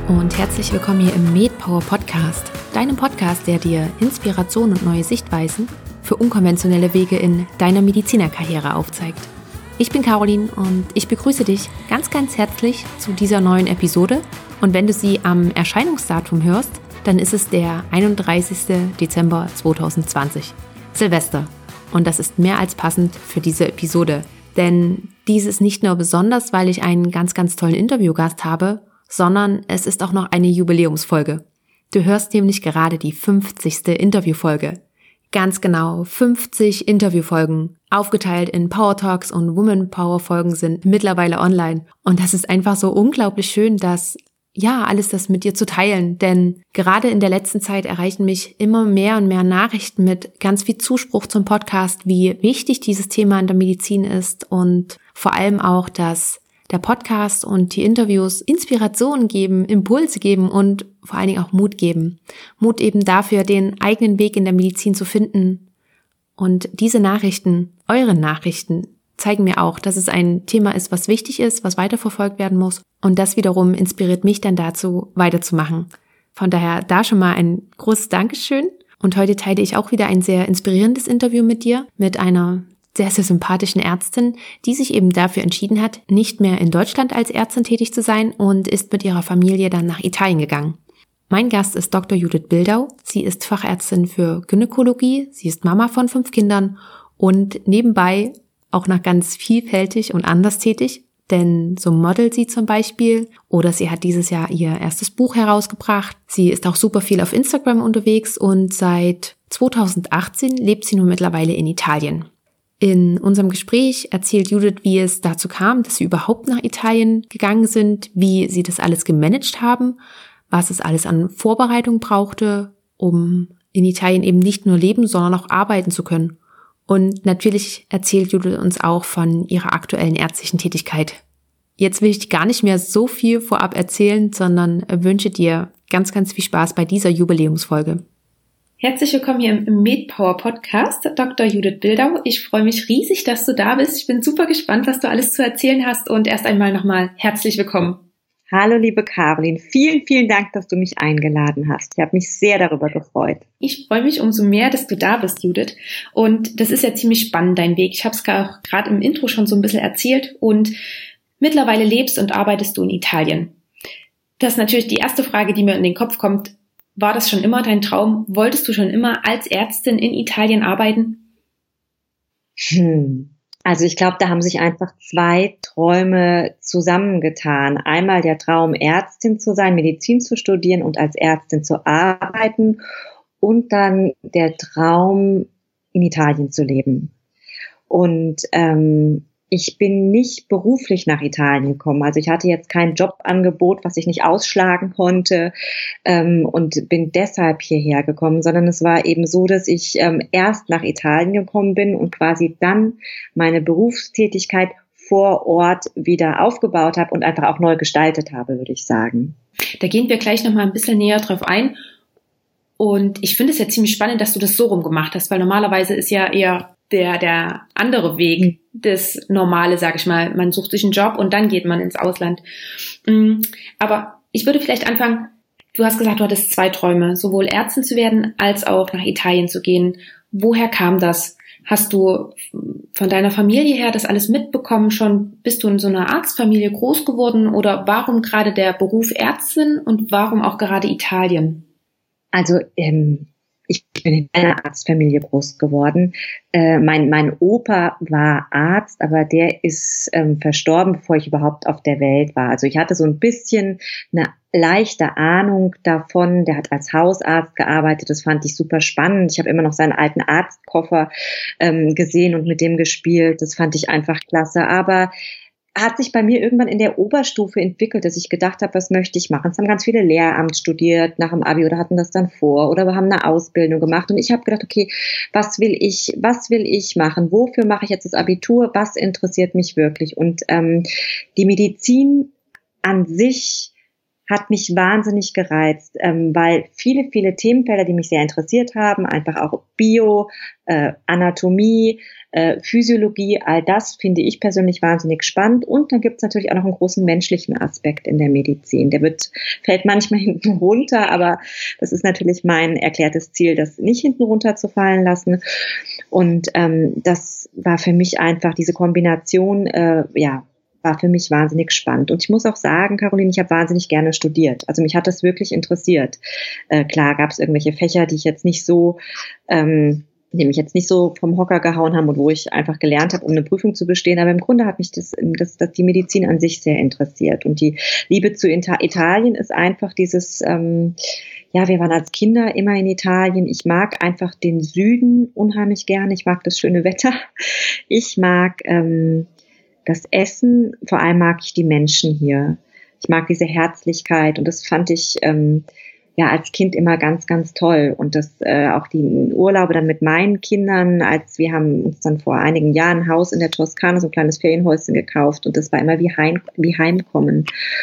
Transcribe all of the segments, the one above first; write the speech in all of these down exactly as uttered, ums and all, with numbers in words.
und herzlich willkommen hier im MedPower Podcast, deinem Podcast, der dir Inspiration und neue Sichtweisen für unkonventionelle Wege in deiner Medizinerkarriere aufzeigt. Ich bin Caroline und ich begrüße dich ganz, ganz herzlich zu dieser neuen Episode. Und wenn du sie am Erscheinungsdatum hörst, dann ist es der einunddreißigster Dezember zweitausendzwanzig, Silvester. Und das ist mehr als passend für diese Episode. Denn dies ist nicht nur besonders, weil ich einen ganz, ganz tollen Interviewgast habe, sondern es ist auch noch eine Jubiläumsfolge. Du hörst nämlich gerade die fünfzigste Interviewfolge. Ganz genau, fünfzig Interviewfolgen, aufgeteilt in Power Talks und Woman Power Folgen sind mittlerweile online. Und das ist einfach so unglaublich schön, dass ja, alles das mit dir zu teilen, denn gerade in der letzten Zeit erreichen mich immer mehr und mehr Nachrichten mit ganz viel Zuspruch zum Podcast, wie wichtig dieses Thema in der Medizin ist und vor allem auch, dass der Podcast und die Interviews Inspiration geben, Impulse geben und vor allen Dingen auch Mut geben. Mut eben dafür, den eigenen Weg in der Medizin zu finden. Und diese Nachrichten, eure Nachrichten, zeigen mir auch, dass es ein Thema ist, was wichtig ist, was weiterverfolgt werden muss. Und das wiederum inspiriert mich dann dazu, weiterzumachen. Von daher da schon mal ein großes Dankeschön. Und heute teile ich auch wieder ein sehr inspirierendes Interview mit dir, mit einer sehr, sehr sympathischen Ärztin, die sich eben dafür entschieden hat, nicht mehr in Deutschland als Ärztin tätig zu sein und ist mit ihrer Familie dann nach Italien gegangen. Mein Gast ist Doktor Judith Bildau. Sie ist Fachärztin für Gynäkologie, sie ist Mama von fünf Kindern und nebenbei auch noch ganz vielfältig und anders tätig, denn so modelt sie zum Beispiel oder sie hat dieses Jahr ihr erstes Buch herausgebracht. Sie ist auch super viel auf Instagram unterwegs und seit zweitausendachtzehn lebt sie nun mittlerweile in Italien. In unserem Gespräch erzählt Judith, wie es dazu kam, dass sie überhaupt nach Italien gegangen sind, wie sie das alles gemanagt haben, was es alles an Vorbereitung brauchte, um in Italien eben nicht nur leben, sondern auch arbeiten zu können. Und natürlich erzählt Judith uns auch von ihrer aktuellen ärztlichen Tätigkeit. Jetzt will ich gar nicht mehr so viel vorab erzählen, sondern wünsche dir ganz, ganz viel Spaß bei dieser Jubiläumsfolge. Herzlich willkommen hier im MedPower Podcast, Doktor Judith Bildau. Ich freue mich riesig, dass du da bist. Ich bin super gespannt, was du alles zu erzählen hast und erst einmal nochmal herzlich willkommen. Hallo liebe Caroline, vielen, vielen Dank, dass du mich eingeladen hast. Ich habe mich sehr darüber gefreut. Ich freue mich umso mehr, dass du da bist, Judith. Und das ist ja ziemlich spannend, dein Weg. Ich habe es gerade im Intro schon so ein bisschen erzählt und mittlerweile lebst und arbeitest du in Italien. Das ist natürlich die erste Frage, die mir in den Kopf kommt. War das schon immer dein Traum? Wolltest du schon immer als Ärztin in Italien arbeiten? Hm. Also ich glaube, da haben sich einfach zwei Träume zusammengetan. Einmal der Traum, Ärztin zu sein, Medizin zu studieren und als Ärztin zu arbeiten. Und dann der Traum, in Italien zu leben. Und ähm, ich bin nicht beruflich nach Italien gekommen. Also ich hatte jetzt kein Jobangebot, was ich nicht ausschlagen konnte ähm, und bin deshalb hierher gekommen, sondern es war eben so, dass ich ähm, erst nach Italien gekommen bin und quasi dann meine Berufstätigkeit vor Ort wieder aufgebaut habe und einfach auch neu gestaltet habe, würde ich sagen. Da gehen wir gleich nochmal ein bisschen näher drauf ein. Und ich finde es ja ziemlich spannend, dass du das so rum gemacht hast, weil normalerweise ist ja eher der der andere Weg, mhm. das Normale, sag ich mal. Man sucht sich einen Job und dann geht man ins Ausland. Aber ich würde vielleicht anfangen, du hast gesagt, du hattest zwei Träume, sowohl Ärztin zu werden, als auch nach Italien zu gehen. Woher kam das? Hast du von deiner Familie her das alles mitbekommen schon? Bist du in so einer Arztfamilie groß geworden? Oder warum gerade der Beruf Ärztin und warum auch gerade Italien? Also, ähm, ich bin in einer Arztfamilie groß geworden. Äh, mein, mein Opa war Arzt, aber der ist ähm, verstorben, bevor ich überhaupt auf der Welt war. Also ich hatte so ein bisschen eine leichte Ahnung davon. Der hat als Hausarzt gearbeitet. Das fand ich super spannend. Ich habe immer noch seinen alten Arztkoffer ähm, gesehen und mit dem gespielt. Das fand ich einfach klasse. Aber hat sich bei mir irgendwann in der Oberstufe entwickelt, dass ich gedacht habe, was möchte ich machen? Es haben ganz viele Lehramt studiert nach dem Abi oder hatten das dann vor oder wir haben eine Ausbildung gemacht und ich habe gedacht, okay, was will ich, was will ich machen? Wofür mache ich jetzt das Abitur? Was interessiert mich wirklich? Und ähm, die Medizin an sich hat mich wahnsinnig gereizt, ähm, weil viele, viele Themenfelder, die mich sehr interessiert haben, einfach auch Bio, äh, Anatomie, äh, Physiologie, all das finde ich persönlich wahnsinnig spannend. Und dann gibt es natürlich auch noch einen großen menschlichen Aspekt in der Medizin. Der wird, fällt manchmal hinten runter, aber das ist natürlich mein erklärtes Ziel, das nicht hinten runter zu fallen lassen. Und ähm, das war für mich einfach diese Kombination, äh, ja, war für mich wahnsinnig spannend. Und ich muss auch sagen, Caroline, ich habe wahnsinnig gerne studiert. Also mich hat das wirklich interessiert. Äh, klar gab es irgendwelche Fächer, die ich jetzt nicht so, ähm, die mich jetzt nicht so vom Hocker gehauen haben und wo ich einfach gelernt habe, um eine Prüfung zu bestehen. Aber im Grunde hat mich das, das, das die Medizin an sich sehr interessiert. Und die Liebe zu Ita- Italien ist einfach dieses, ähm, ja, wir waren als Kinder immer in Italien. Ich mag einfach den Süden unheimlich gerne. Ich mag das schöne Wetter. Ich mag ähm, das Essen, vor allem mag ich die Menschen hier. Ich mag diese Herzlichkeit und das fand ich ähm, ja als Kind immer ganz, ganz toll. Und das äh, auch die Urlaube dann mit meinen Kindern, als wir haben uns dann vor einigen Jahren ein Haus in der Toskana, so ein kleines Ferienhäuschen gekauft und das war immer wie, Heim, wie Heimkommen.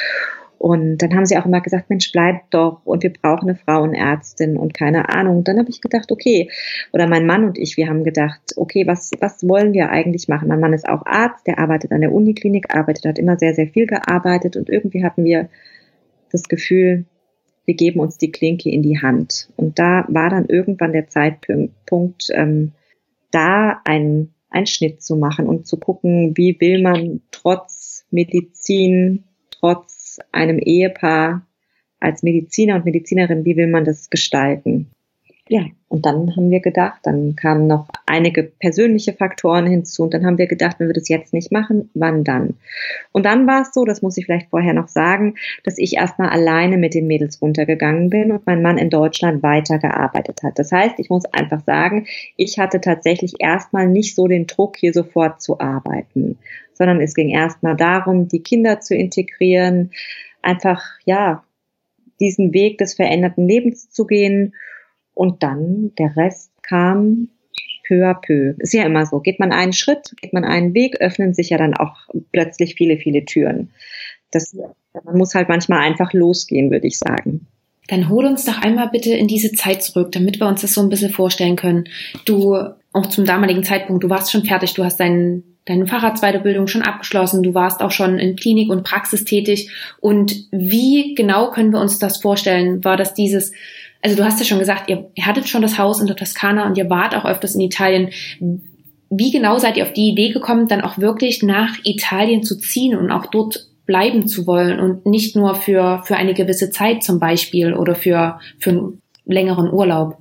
Und dann haben sie auch immer gesagt, Mensch, bleib doch und wir brauchen eine Frauenärztin und keine Ahnung. Dann habe ich gedacht, okay, oder mein Mann und ich, wir haben gedacht, okay, was was wollen wir eigentlich machen? Mein Mann ist auch Arzt, der arbeitet an der Uniklinik, arbeitet, hat immer sehr, sehr viel gearbeitet und irgendwie hatten wir das Gefühl, wir geben uns die Klinke in die Hand. Und da war dann irgendwann der Zeitpunkt, ähm, da einen, einen Schnitt zu machen und zu gucken, wie will man trotz Medizin, trotz einem Ehepaar als Mediziner und Medizinerin, wie will man das gestalten? Ja, und dann haben wir gedacht, dann kamen noch einige persönliche Faktoren hinzu und dann haben wir gedacht, wenn wir das jetzt nicht machen, wann dann? Und dann war es so, das muss ich vielleicht vorher noch sagen, dass ich erstmal alleine mit den Mädels runtergegangen bin und mein Mann in Deutschland weitergearbeitet hat. Das heißt, ich muss einfach sagen, ich hatte tatsächlich erstmal nicht so den Druck, hier sofort zu arbeiten, sondern es ging erstmal darum, die Kinder zu integrieren, einfach, ja, diesen Weg des veränderten Lebens zu gehen. Und dann, der Rest kam peu à peu. Ist ja immer so. Geht man einen Schritt, geht man einen Weg, öffnen sich ja dann auch plötzlich viele, viele Türen. Das, man muss halt manchmal einfach losgehen, würde ich sagen. Dann hol uns doch einmal bitte in diese Zeit zurück, damit wir uns das so ein bisschen vorstellen können. Du, auch zum damaligen Zeitpunkt, du warst schon fertig, du hast deinen deine Facharztweiterbildung schon abgeschlossen, du warst auch schon in Klinik und Praxis tätig. Und wie genau können wir uns das vorstellen? War das dieses, also du hast ja schon gesagt, ihr, ihr hattet schon das Haus in der Toskana und ihr wart auch öfters in Italien. Wie genau seid ihr auf die Idee gekommen, dann auch wirklich nach Italien zu ziehen und auch dort bleiben zu wollen und nicht nur für für eine gewisse Zeit zum Beispiel oder für für einen längeren Urlaub?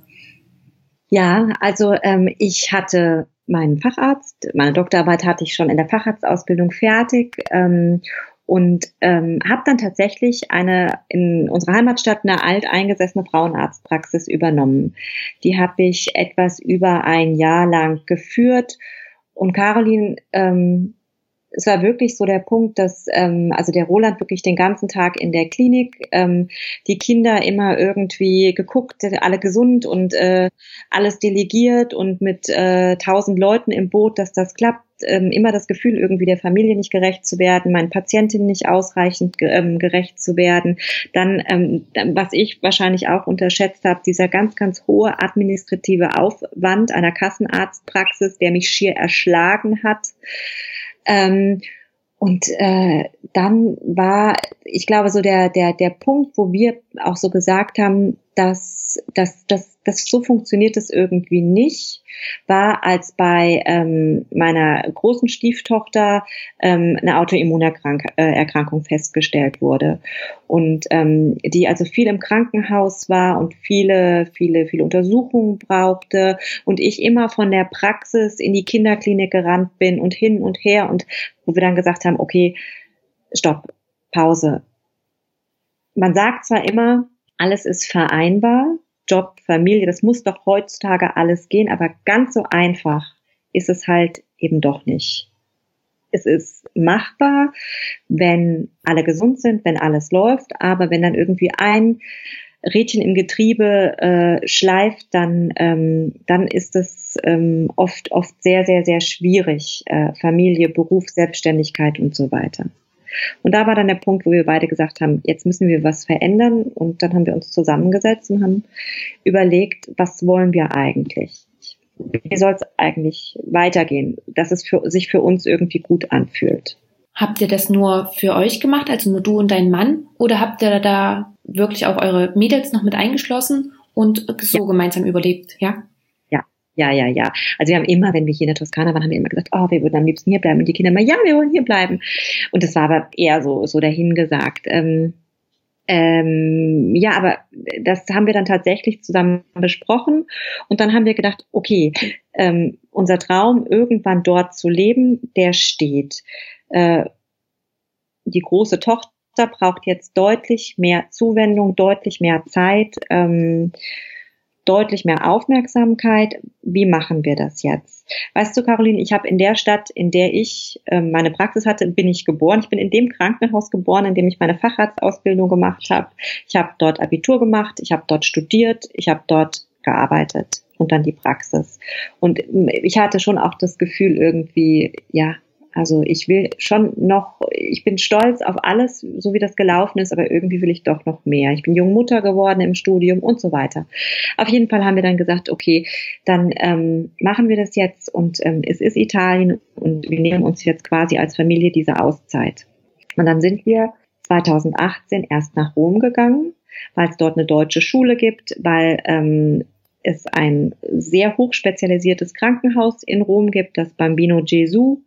Ja, also ähm, ich hatte meinen Facharzt, meine Doktorarbeit hatte ich schon in der Facharztausbildung fertig ähm, und ähm, habe dann tatsächlich eine in unserer Heimatstadt eine alteingesessene Frauenarztpraxis übernommen. Die habe ich etwas über ein Jahr lang geführt und Caroline, ähm, es war wirklich so der Punkt, dass ähm, also der Roland wirklich den ganzen Tag in der Klinik, ähm, die Kinder immer irgendwie geguckt, alle gesund und äh, alles delegiert und mit äh, tausend Leuten im Boot, dass das klappt. Ähm, immer das Gefühl, irgendwie der Familie nicht gerecht zu werden, meinen Patientinnen nicht ausreichend ge- ähm, gerecht zu werden. Dann, ähm, was ich wahrscheinlich auch unterschätzt habe, dieser ganz, ganz hohe administrative Aufwand einer Kassenarztpraxis, der mich schier erschlagen hat. Ähm, und äh, dann war, ich glaube, so der der der Punkt, wo wir auch so gesagt haben, dass dass dass das so funktioniert es irgendwie nicht, war, als bei ähm, meiner großen Stieftochter ähm, eine Autoimmunerkrankung äh, festgestellt wurde und ähm, die also viel im Krankenhaus war und viele viele viele Untersuchungen brauchte und ich immer von der Praxis in die Kinderklinik gerannt bin und hin und her und wo wir dann gesagt haben, okay, stopp, Pause. Man sagt zwar immer, alles ist vereinbar, Job, Familie, das muss doch heutzutage alles gehen, aber ganz so einfach ist es halt eben doch nicht. Es ist machbar, wenn alle gesund sind, wenn alles läuft, aber wenn dann irgendwie ein Rädchen im Getriebe äh, schleift, dann ähm, dann ist es ähm, oft oft sehr sehr sehr schwierig, äh, Familie, Beruf, Selbstständigkeit und so weiter. Und da war dann der Punkt, wo wir beide gesagt haben, jetzt müssen wir was verändern. Und dann haben wir uns zusammengesetzt und haben überlegt, was wollen wir eigentlich? Wie soll es eigentlich weitergehen, dass es für, sich für uns irgendwie gut anfühlt? Habt ihr das nur für euch gemacht, also nur du und dein Mann? Oder habt ihr da wirklich auch eure Mädels noch mit eingeschlossen und so ja. gemeinsam überlebt, ja? Ja, ja, ja, ja. Also wir haben immer, wenn wir hier in der Toskana waren, haben wir immer gesagt, oh, wir würden am liebsten hier bleiben. Und die Kinder immer, ja, wir wollen hier bleiben. Und das war aber eher so, so dahingesagt. Ähm, ähm, ja, aber das haben wir dann tatsächlich zusammen besprochen. Und dann haben wir gedacht, okay, ähm, unser Traum, irgendwann dort zu leben, der steht. Äh, die große Tochter braucht jetzt deutlich mehr Zuwendung, deutlich mehr Zeit, ähm, deutlich mehr Aufmerksamkeit. Wie machen wir das jetzt? Weißt du, Caroline, ich habe in der Stadt, in der ich äh, meine Praxis hatte, bin ich geboren. Ich bin in dem Krankenhaus geboren, in dem ich meine Facharztausbildung gemacht habe. Ich habe dort Abitur gemacht, ich habe dort studiert, ich habe dort gearbeitet und dann die Praxis. Und ich hatte schon auch das Gefühl irgendwie, ja, also ich will schon noch, ich bin stolz auf alles, so wie das gelaufen ist, aber irgendwie will ich doch noch mehr. Ich bin junge Mutter geworden im Studium und so weiter. Auf jeden Fall haben wir dann gesagt, okay, dann ähm, machen wir das jetzt und ähm, es ist Italien und wir nehmen uns jetzt quasi als Familie diese Auszeit. Und dann sind wir zwanzig achtzehn erst nach Rom gegangen, weil es dort eine deutsche Schule gibt, weil ähm, es ein sehr hochspezialisiertes Krankenhaus in Rom gibt, das Bambino Gesù,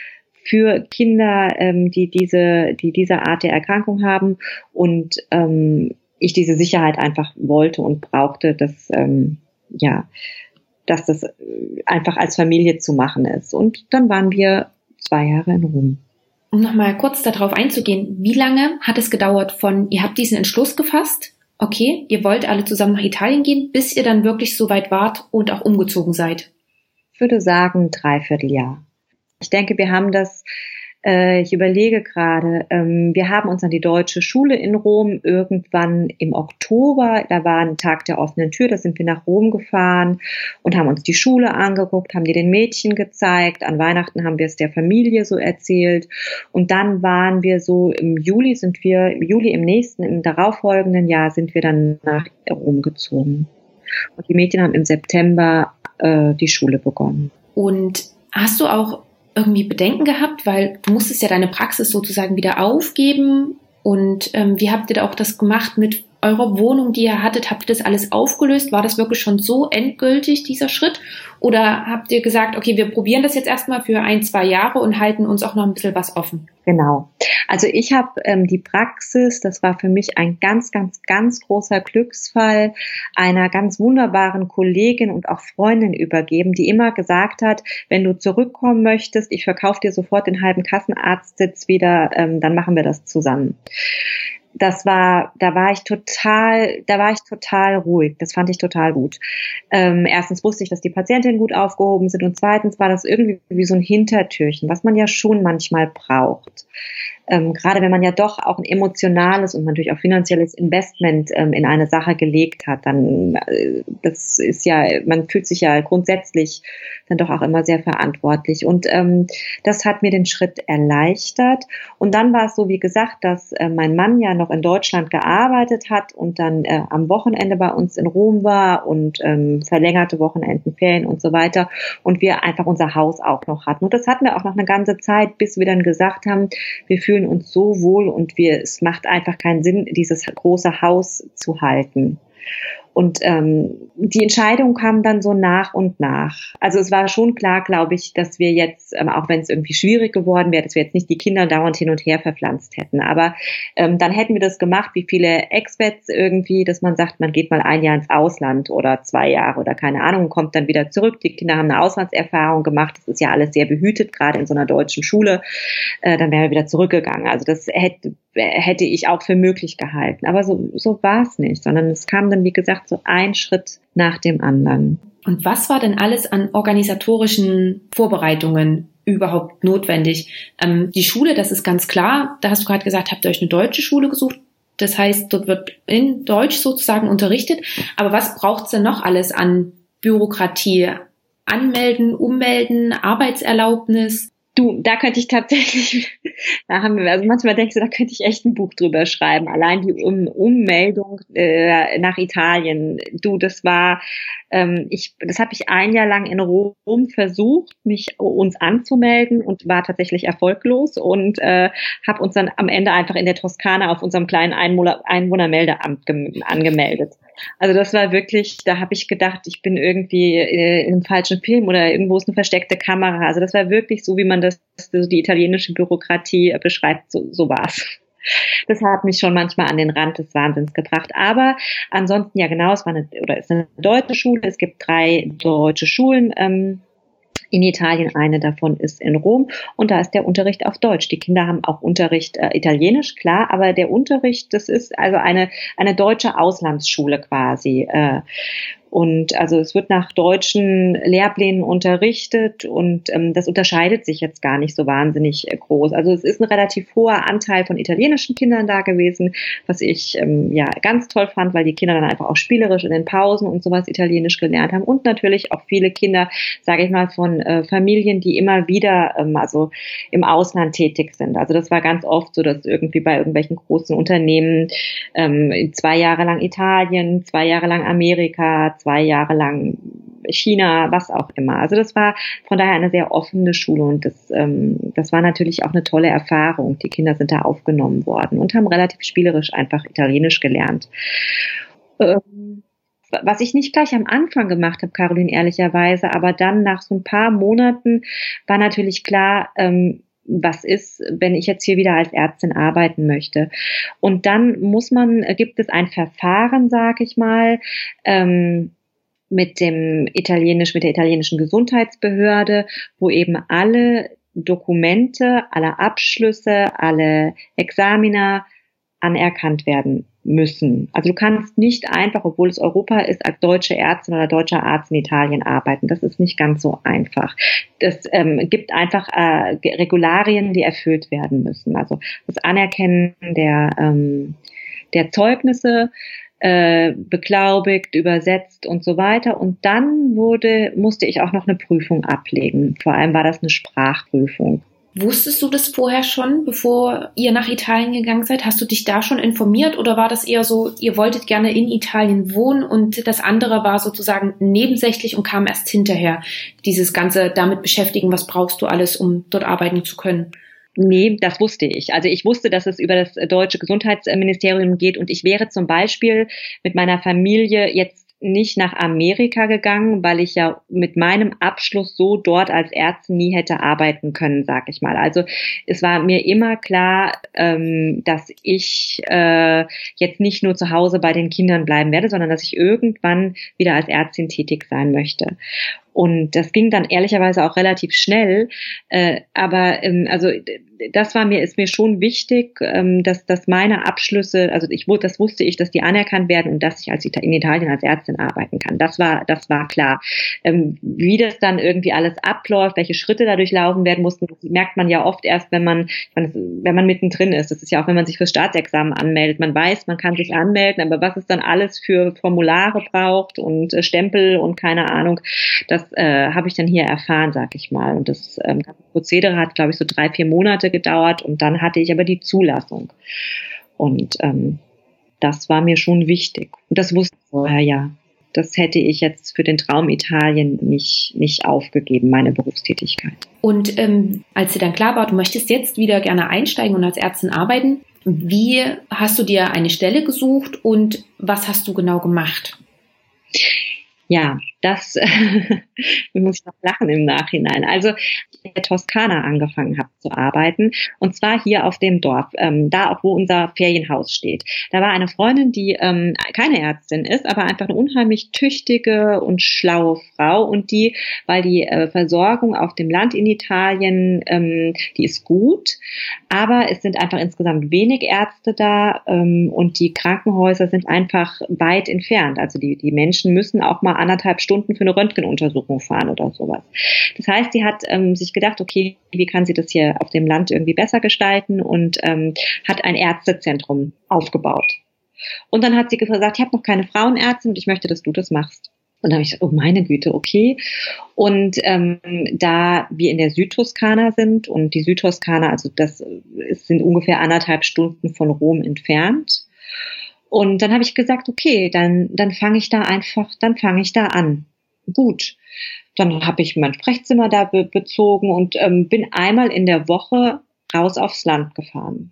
für Kinder, ähm, die diese, die diese Art der Erkrankung haben und ähm, ich diese Sicherheit einfach wollte und brauchte, dass ähm, ja, dass das einfach als Familie zu machen ist. Und dann waren wir zwei Jahre in Rom. Um nochmal kurz darauf einzugehen, wie lange hat es gedauert von, ihr habt diesen Entschluss gefasst, okay, ihr wollt alle zusammen nach Italien gehen, bis ihr dann wirklich so weit wart und auch umgezogen seid? Ich würde sagen, dreiviertel Jahr. Ich denke, wir haben das, äh, ich überlege gerade, ähm, wir haben uns an die deutsche Schule in Rom irgendwann im Oktober, da war ein Tag der offenen Tür, da sind wir nach Rom gefahren und haben uns die Schule angeguckt, haben die den Mädchen gezeigt, an Weihnachten haben wir es der Familie so erzählt und dann waren wir so im Juli, sind wir, im Juli im nächsten, im darauffolgenden Jahr sind wir dann nach Rom gezogen. Und die Mädchen haben im September äh, die Schule begonnen. Und hast du auch irgendwie Bedenken gehabt, weil du musstest ja deine Praxis sozusagen wieder aufgeben und ähm, wie habt ihr da auch das gemacht mit eurer Wohnung, die ihr hattet? Habt ihr das alles aufgelöst? War das wirklich schon so endgültig, dieser Schritt? Oder habt ihr gesagt, okay, wir probieren das jetzt erstmal für ein, zwei Jahre und halten uns auch noch ein bisschen was offen? Genau. Also ich habe ähm, die Praxis, das war für mich ein ganz, ganz, ganz großer Glücksfall, einer ganz wunderbaren Kollegin und auch Freundin übergeben, die immer gesagt hat, wenn du zurückkommen möchtest, ich verkaufe dir sofort den halben Kassenarztsitz wieder, ähm, dann machen wir das zusammen. Das war, da war ich total, da war ich total ruhig. Das fand ich total gut. Ähm, erstens wusste ich, dass die Patientinnen gut aufgehoben sind und zweitens war das irgendwie wie so ein Hintertürchen, was man ja schon manchmal braucht. Ähm, gerade wenn man ja doch auch ein emotionales und natürlich auch finanzielles Investment ähm, in eine Sache gelegt hat, dann äh, das ist ja, man fühlt sich ja grundsätzlich dann doch auch immer sehr verantwortlich und ähm, das hat mir den Schritt erleichtert und dann war es so, wie gesagt, dass äh, mein Mann ja noch in Deutschland gearbeitet hat und dann äh, am Wochenende bei uns in Rom war und ähm, verlängerte Wochenenden, Ferien und so weiter und wir einfach unser Haus auch noch hatten und das hatten wir auch noch eine ganze Zeit, bis wir dann gesagt haben, wir fühlen uns so wohl und wir, es macht einfach keinen Sinn, dieses große Haus zu halten. Und ähm, die Entscheidung kam dann so nach und nach. Also es war schon klar, glaube ich, dass wir jetzt, ähm, auch wenn es irgendwie schwierig geworden wäre, dass wir jetzt nicht die Kinder dauernd hin und her verpflanzt hätten. Aber ähm, dann hätten wir das gemacht, wie viele Expats irgendwie, dass man sagt, man geht mal ein Jahr ins Ausland oder zwei Jahre oder keine Ahnung, kommt dann wieder zurück. Die Kinder haben eine Auslandserfahrung gemacht. Das ist ja alles sehr behütet, gerade in so einer deutschen Schule. Äh, dann wären wir wieder zurückgegangen. Also das hätte hätte ich auch für möglich gehalten. Aber so, so war es nicht, sondern es kam dann, wie gesagt, so ein Schritt nach dem anderen. Und was war denn alles an organisatorischen Vorbereitungen überhaupt notwendig? Ähm, die Schule, das ist ganz klar, da hast du gerade gesagt, habt ihr euch eine deutsche Schule gesucht. Das heißt, dort wird in Deutsch sozusagen unterrichtet. Aber was braucht's denn noch alles an Bürokratie? Anmelden, ummelden, Arbeitserlaubnis? Du, da könnte ich tatsächlich, da haben wir, also manchmal denkst du, da könnte ich echt ein Buch drüber schreiben. Allein die um, Ummeldung äh, nach Italien. Du, das war, ähm, ich, das habe ich ein Jahr lang in Rom versucht, mich uns anzumelden und war tatsächlich erfolglos und äh, habe uns dann am Ende einfach in der Toskana auf unserem kleinen Einwohner, Einwohnermeldeamt gem- angemeldet. Also das war wirklich, da habe ich gedacht, ich bin irgendwie äh, in einem falschen Film oder irgendwo ist eine versteckte Kamera. Also das war wirklich so, wie man das, so die italienische Bürokratie äh, beschreibt, so, so war's. Das hat mich schon manchmal an den Rand des Wahnsinns gebracht. Aber ansonsten, ja genau, es war eine, oder es ist eine deutsche Schule, es gibt drei deutsche Schulen, ähm, in Italien, eine davon ist in Rom und da ist der Unterricht auf Deutsch. Die Kinder haben auch Unterricht äh, Italienisch, klar, aber der Unterricht, das ist also eine eine deutsche Auslandsschule quasi. Äh, und also es wird nach deutschen Lehrplänen unterrichtet und ähm, das unterscheidet sich jetzt gar nicht so wahnsinnig äh, groß. Also es ist ein relativ hoher Anteil von italienischen Kindern da gewesen, was ich ähm, ja ganz toll fand, weil die Kinder dann einfach auch spielerisch in den Pausen und sowas Italienisch gelernt haben und natürlich auch viele Kinder, sage ich mal, von äh, Familien, die immer wieder ähm, also im Ausland tätig sind. Also das war ganz oft so, dass irgendwie bei irgendwelchen großen Unternehmen ähm, zwei Jahre lang Italien, zwei Jahre lang Amerika, zwei Jahre lang China, was auch immer. Also das war von daher eine sehr offene Schule und das, ähm, das war natürlich auch eine tolle Erfahrung. Die Kinder sind da aufgenommen worden und haben relativ spielerisch einfach Italienisch gelernt. Ähm, was ich nicht gleich am Anfang gemacht habe, Caroline, ehrlicherweise, aber dann nach so ein paar Monaten war natürlich klar, ähm, was ist, wenn ich jetzt hier wieder als Ärztin arbeiten möchte. Und dann muss man, gibt es ein Verfahren, sage ich mal, ähm, mit dem italienisch, mit der italienischen Gesundheitsbehörde, wo eben alle Dokumente, alle Abschlüsse, alle Examina anerkannt werden müssen. Also du kannst nicht einfach, obwohl es Europa ist, als deutsche Ärztin oder deutscher Arzt in Italien arbeiten. Das ist nicht ganz so einfach. Es ähm, gibt einfach äh, Regularien, die erfüllt werden müssen. Also das Anerkennen der, ähm, der Zeugnisse, äh, beglaubigt, übersetzt und so weiter. Und dann wurde, musste ich auch noch eine Prüfung ablegen. Vor allem war das eine Sprachprüfung. Wusstest du das vorher schon, bevor ihr nach Italien gegangen seid? Hast du dich da schon informiert oder war das eher so, ihr wolltet gerne in Italien wohnen und das andere war sozusagen nebensächlich und kam erst hinterher? Dieses ganze damit beschäftigen, was brauchst du alles, um dort arbeiten zu können? Nee, das wusste ich. Also ich wusste, dass es über das deutsche Gesundheitsministerium geht und ich wäre zum Beispiel mit meiner Familie jetzt nicht nach Amerika gegangen, weil ich ja mit meinem Abschluss so dort als Ärztin nie hätte arbeiten können, sag ich mal. Also es war mir immer klar, ähm, dass ich äh, jetzt nicht nur zu Hause bei den Kindern bleiben werde, sondern dass ich irgendwann wieder als Ärztin tätig sein möchte. Und das ging dann ehrlicherweise auch relativ schnell, äh, aber ähm, also das war mir ist mir schon wichtig, ähm, dass dass meine Abschlüsse, also ich das wusste ich, dass die anerkannt werden und dass ich als in Italien als Ärztin arbeiten kann. Das war das war klar. Ähm, wie das dann irgendwie alles abläuft, welche Schritte da durchlaufen werden mussten, das merkt man ja oft erst, wenn man wenn man mittendrin ist. Das ist ja auch, wenn man sich fürs Staatsexamen anmeldet. Man weiß, man kann sich anmelden, aber was es dann alles für Formulare braucht und äh, Stempel und keine Ahnung, das äh, habe ich dann hier erfahren, sag ich mal. Und das ähm, Prozedere hat, glaube ich, so drei, vier Monate gedauert und dann hatte ich aber die Zulassung. Und ähm, das war mir schon wichtig. Und das wusste ich vorher, ja. Das hätte ich jetzt für den Traum Italien nicht, nicht aufgegeben, meine Berufstätigkeit. Und ähm, als dir dann klar war, du möchtest jetzt wieder gerne einsteigen und als Ärztin arbeiten, wie hast du dir eine Stelle gesucht und was hast du genau gemacht? Ja, das muss ich noch lachen im Nachhinein. Also in der Toskana angefangen habe zu arbeiten und zwar hier auf dem Dorf, ähm, da auch wo unser Ferienhaus steht. Da war eine Freundin, die ähm, keine Ärztin ist, aber einfach eine unheimlich tüchtige und schlaue Frau und die, weil die äh, Versorgung auf dem Land in Italien, ähm, die ist gut, aber es sind einfach insgesamt wenig Ärzte da ähm, und die Krankenhäuser sind einfach weit entfernt. Also die, die Menschen müssen auch mal anderthalb Stunden für eine Röntgenuntersuchung fahren oder sowas. Das heißt, sie hat ähm, sich gedacht, okay, wie kann sie das hier auf dem Land irgendwie besser gestalten und ähm, hat ein Ärztezentrum aufgebaut. Und dann hat sie gesagt, ich habe noch keine Frauenärztin und ich möchte, dass du das machst. Und da habe ich gedacht, oh meine Güte, okay. Und ähm, da wir in der Südtoskana sind und die Südtoskana, also das es sind ungefähr anderthalb Stunden von Rom entfernt. Und dann habe ich gesagt, okay, dann dann fange ich da einfach, dann fange ich da an. Gut. Dann habe ich mein Sprechzimmer da be- bezogen und ähm, bin einmal in der Woche raus aufs Land gefahren.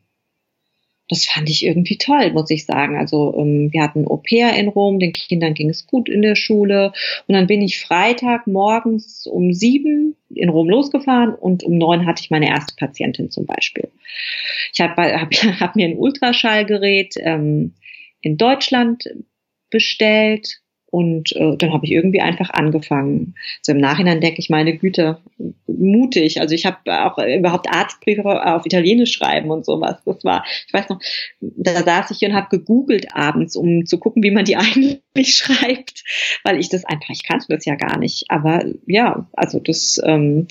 Das fand ich irgendwie toll, muss ich sagen. Also ähm, wir hatten Au-pair in Rom, den Kindern ging es gut in der Schule. Und dann bin ich Freitag morgens um sieben in Rom losgefahren und um neun hatte ich meine erste Patientin zum Beispiel. Ich habe hab, hab mir ein Ultraschallgerät ähm, in Deutschland bestellt. Und äh, dann habe ich irgendwie einfach angefangen. So im Nachhinein denke ich, meine Güte, mutig. Also ich habe auch überhaupt Arztbriefe auf Italienisch schreiben und sowas. Das war, ich weiß noch, da saß ich hier und habe gegoogelt abends, um zu gucken, wie man die eigentlich schreibt, weil ich das einfach, ich kannte das ja gar nicht. Aber ja, also das, ähm,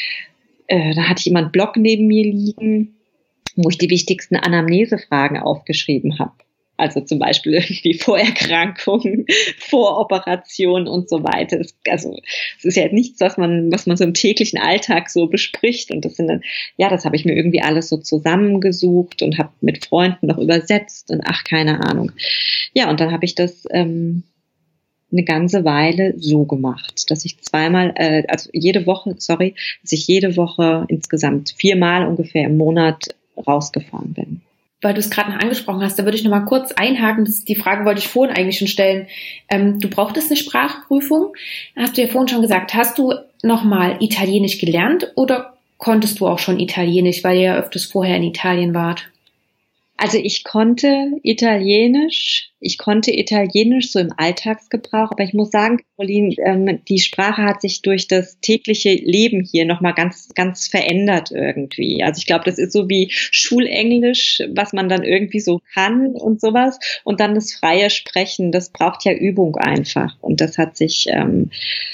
äh, da hatte ich immer einen Block neben mir liegen, wo ich die wichtigsten Anamnesefragen aufgeschrieben habe. Also zum Beispiel irgendwie Vorerkrankungen, Voroperationen und so weiter. Es, also es ist ja nichts, was man, was man so im täglichen Alltag so bespricht. Und das sind dann, ja, das habe ich mir irgendwie alles so zusammengesucht und habe mit Freunden noch übersetzt und ach, keine Ahnung. Ja, und dann habe ich das ähm, eine ganze Weile so gemacht, dass ich zweimal, äh, also jede Woche, sorry, dass ich jede Woche insgesamt viermal ungefähr im Monat rausgefahren bin. Weil du es gerade noch angesprochen hast, da würde ich noch mal kurz einhaken. Das, die Frage wollte ich vorhin eigentlich schon stellen. Ähm, du brauchtest eine Sprachprüfung. Hast du ja vorhin schon gesagt. Hast du noch mal Italienisch gelernt oder konntest du auch schon Italienisch, weil ihr ja öfters vorher in Italien wart? Also ich konnte Italienisch, ich konnte Italienisch so im Alltagsgebrauch, aber ich muss sagen, Caroline, ähm, die Sprache hat sich durch das tägliche Leben hier nochmal ganz, ganz verändert irgendwie. Also ich glaube, das ist so wie Schulenglisch, was man dann irgendwie so kann und sowas. Und dann das freie Sprechen, das braucht ja Übung einfach. Und das hat sich, ähm,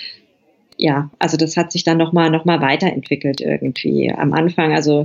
ja, also das hat sich dann nochmal noch mal weiterentwickelt irgendwie. Am Anfang, also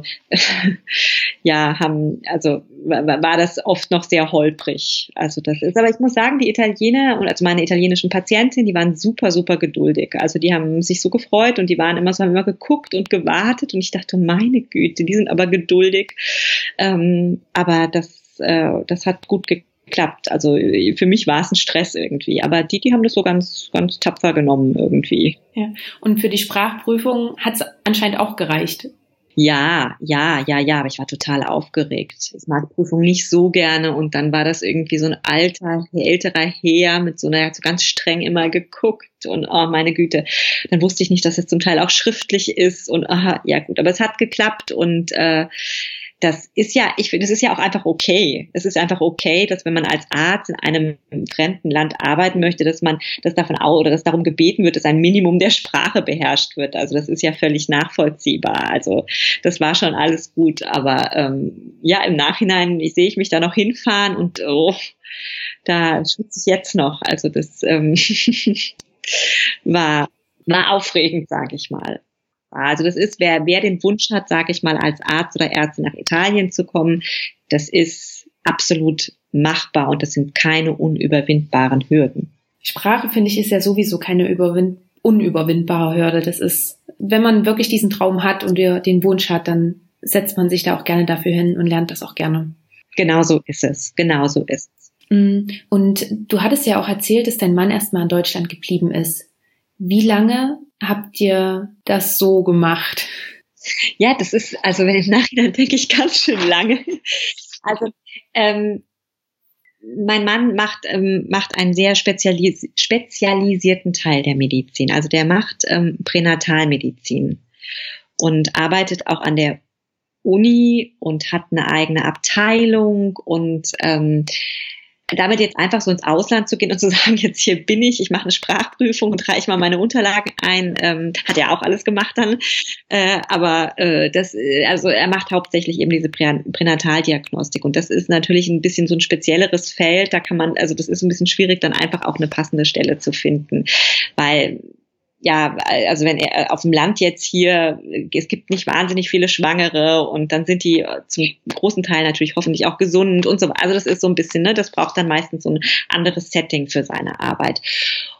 ja, haben, also war das oft noch sehr holprig. Also das ist, aber ich muss sagen, die Italiener und also meine italienischen Patientinnen, die waren super, super geduldig. Also die haben sich so gefreut und die waren immer so, haben immer geguckt und gewartet und ich dachte, meine Güte, die sind aber geduldig. Ähm, aber das, äh, das hat gut geklappt. klappt. Also für mich war es ein Stress irgendwie, aber die, die haben das so ganz, ganz tapfer genommen irgendwie. Ja. Und für die Sprachprüfung hat es anscheinend auch gereicht. Ja, ja, ja, ja, aber ich war total aufgeregt. Ich mag Prüfung nicht so gerne und dann war das irgendwie so ein alter, älterer Herr mit so einer, hat so ganz streng immer geguckt und oh meine Güte, dann wusste ich nicht, dass es zum Teil auch schriftlich ist und aha, ja gut, aber es hat geklappt und äh, das ist ja, ich finde, das ist ja auch einfach okay. Es ist einfach okay, dass wenn man als Arzt in einem fremden Land arbeiten möchte, dass man, dass davon auch, oder dass darum gebeten wird, dass ein Minimum der Sprache beherrscht wird. Also das ist ja völlig nachvollziehbar. Also das war schon alles gut. Aber ähm, ja, im Nachhinein ich, sehe ich mich da noch hinfahren und oh, da schwitze ich jetzt noch. Also das ähm, war, war aufregend, sage ich mal. Also das ist, wer, wer den Wunsch hat, sage ich mal, als Arzt oder Ärztin nach Italien zu kommen, das ist absolut machbar und das sind keine unüberwindbaren Hürden. Sprache, finde ich, ist ja sowieso keine überwind- unüberwindbare Hürde. Das ist, wenn man wirklich diesen Traum hat und den Wunsch hat, dann setzt man sich da auch gerne dafür hin und lernt das auch gerne. Genau so ist es, genau so ist es. Und du hattest ja auch erzählt, dass dein Mann erstmal in Deutschland geblieben ist. Wie lange habt ihr das so gemacht? Ja, das ist, also wenn im Nachhinein denke ich ganz schön lange. Also ähm, mein Mann macht ähm, macht einen sehr spezialis- spezialisierten Teil der Medizin. Also der macht ähm, Pränatalmedizin und arbeitet auch an der Uni und hat eine eigene Abteilung und ähm, damit jetzt einfach so ins Ausland zu gehen und zu sagen, jetzt hier bin ich, ich mache eine Sprachprüfung und reiche mal meine Unterlagen ein, ähm, hat er auch alles gemacht dann, äh, aber äh, das, also er macht hauptsächlich eben diese Prä- Pränataldiagnostik und das ist natürlich ein bisschen so ein spezielleres Feld, da kann man, also das ist ein bisschen schwierig, dann einfach auch eine passende Stelle zu finden, weil ja, also wenn er auf dem Land jetzt hier, es gibt nicht wahnsinnig viele Schwangere und dann sind die zum großen Teil natürlich hoffentlich auch gesund und so. Also das ist so ein bisschen, ne, das braucht dann meistens so ein anderes Setting für seine Arbeit.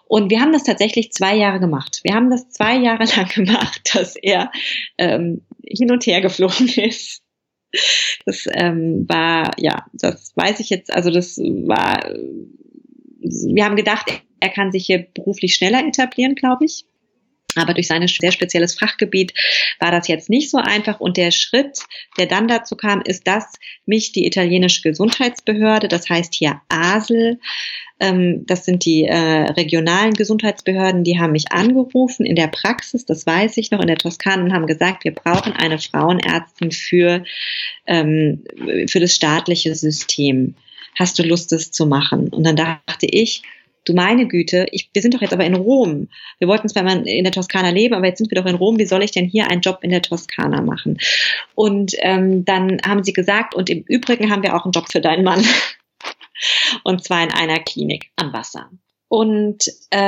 Und wir haben das tatsächlich zwei Jahre gemacht. Wir haben das zwei Jahre lang gemacht, dass er ähm, hin und her geflogen ist. Das ähm, war, ja, das weiß ich jetzt, also das war, wir haben gedacht, er kann sich hier beruflich schneller etablieren, glaube ich. Aber durch sein sehr spezielles Fachgebiet war das jetzt nicht so einfach. Und der Schritt, der dann dazu kam, ist, dass mich die italienische Gesundheitsbehörde, das heißt hier A S L, ähm, das sind die äh, regionalen Gesundheitsbehörden, die haben mich angerufen in der Praxis, das weiß ich noch, in der Toskana, und haben gesagt, wir brauchen eine Frauenärztin für, ähm, für das staatliche System. Hast du Lust, das zu machen? Und dann dachte ich, du meine Güte, ich, wir sind doch jetzt aber in Rom. Wir wollten zwar mal in der Toskana leben, aber jetzt sind wir doch in Rom. Wie soll ich denn hier einen Job in der Toskana machen? Und ähm, dann haben sie gesagt, und im Übrigen haben wir auch einen Job für deinen Mann. Und zwar in einer Klinik am Wasser. Und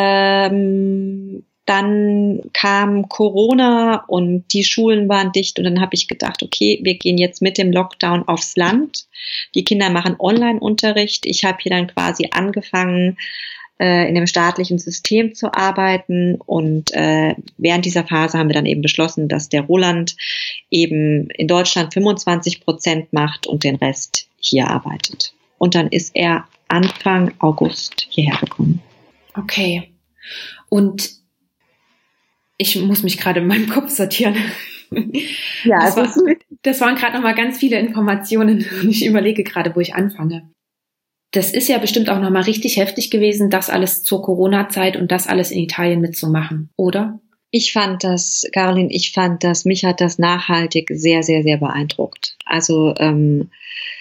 ähm, dann kam Corona und die Schulen waren dicht und dann habe ich gedacht, okay, wir gehen jetzt mit dem Lockdown aufs Land. Die Kinder machen Online-Unterricht. Ich habe hier dann quasi angefangen, in dem staatlichen System zu arbeiten, und äh, während dieser Phase haben wir dann eben beschlossen, dass der Roland eben in Deutschland fünfundzwanzig Prozent macht und den Rest hier arbeitet. Und dann ist er Anfang August hierher gekommen. Okay. Und ich muss mich gerade in meinem Kopf sortieren. Ja, das, also war, das waren gerade noch mal ganz viele Informationen. Ich überlege gerade, wo ich anfange. Das ist ja bestimmt auch nochmal richtig heftig gewesen, das alles zur Corona-Zeit und das alles in Italien mitzumachen, oder? Ich fand das, Caroline, ich fand das, mich hat das nachhaltig sehr, sehr, sehr beeindruckt. Also ähm,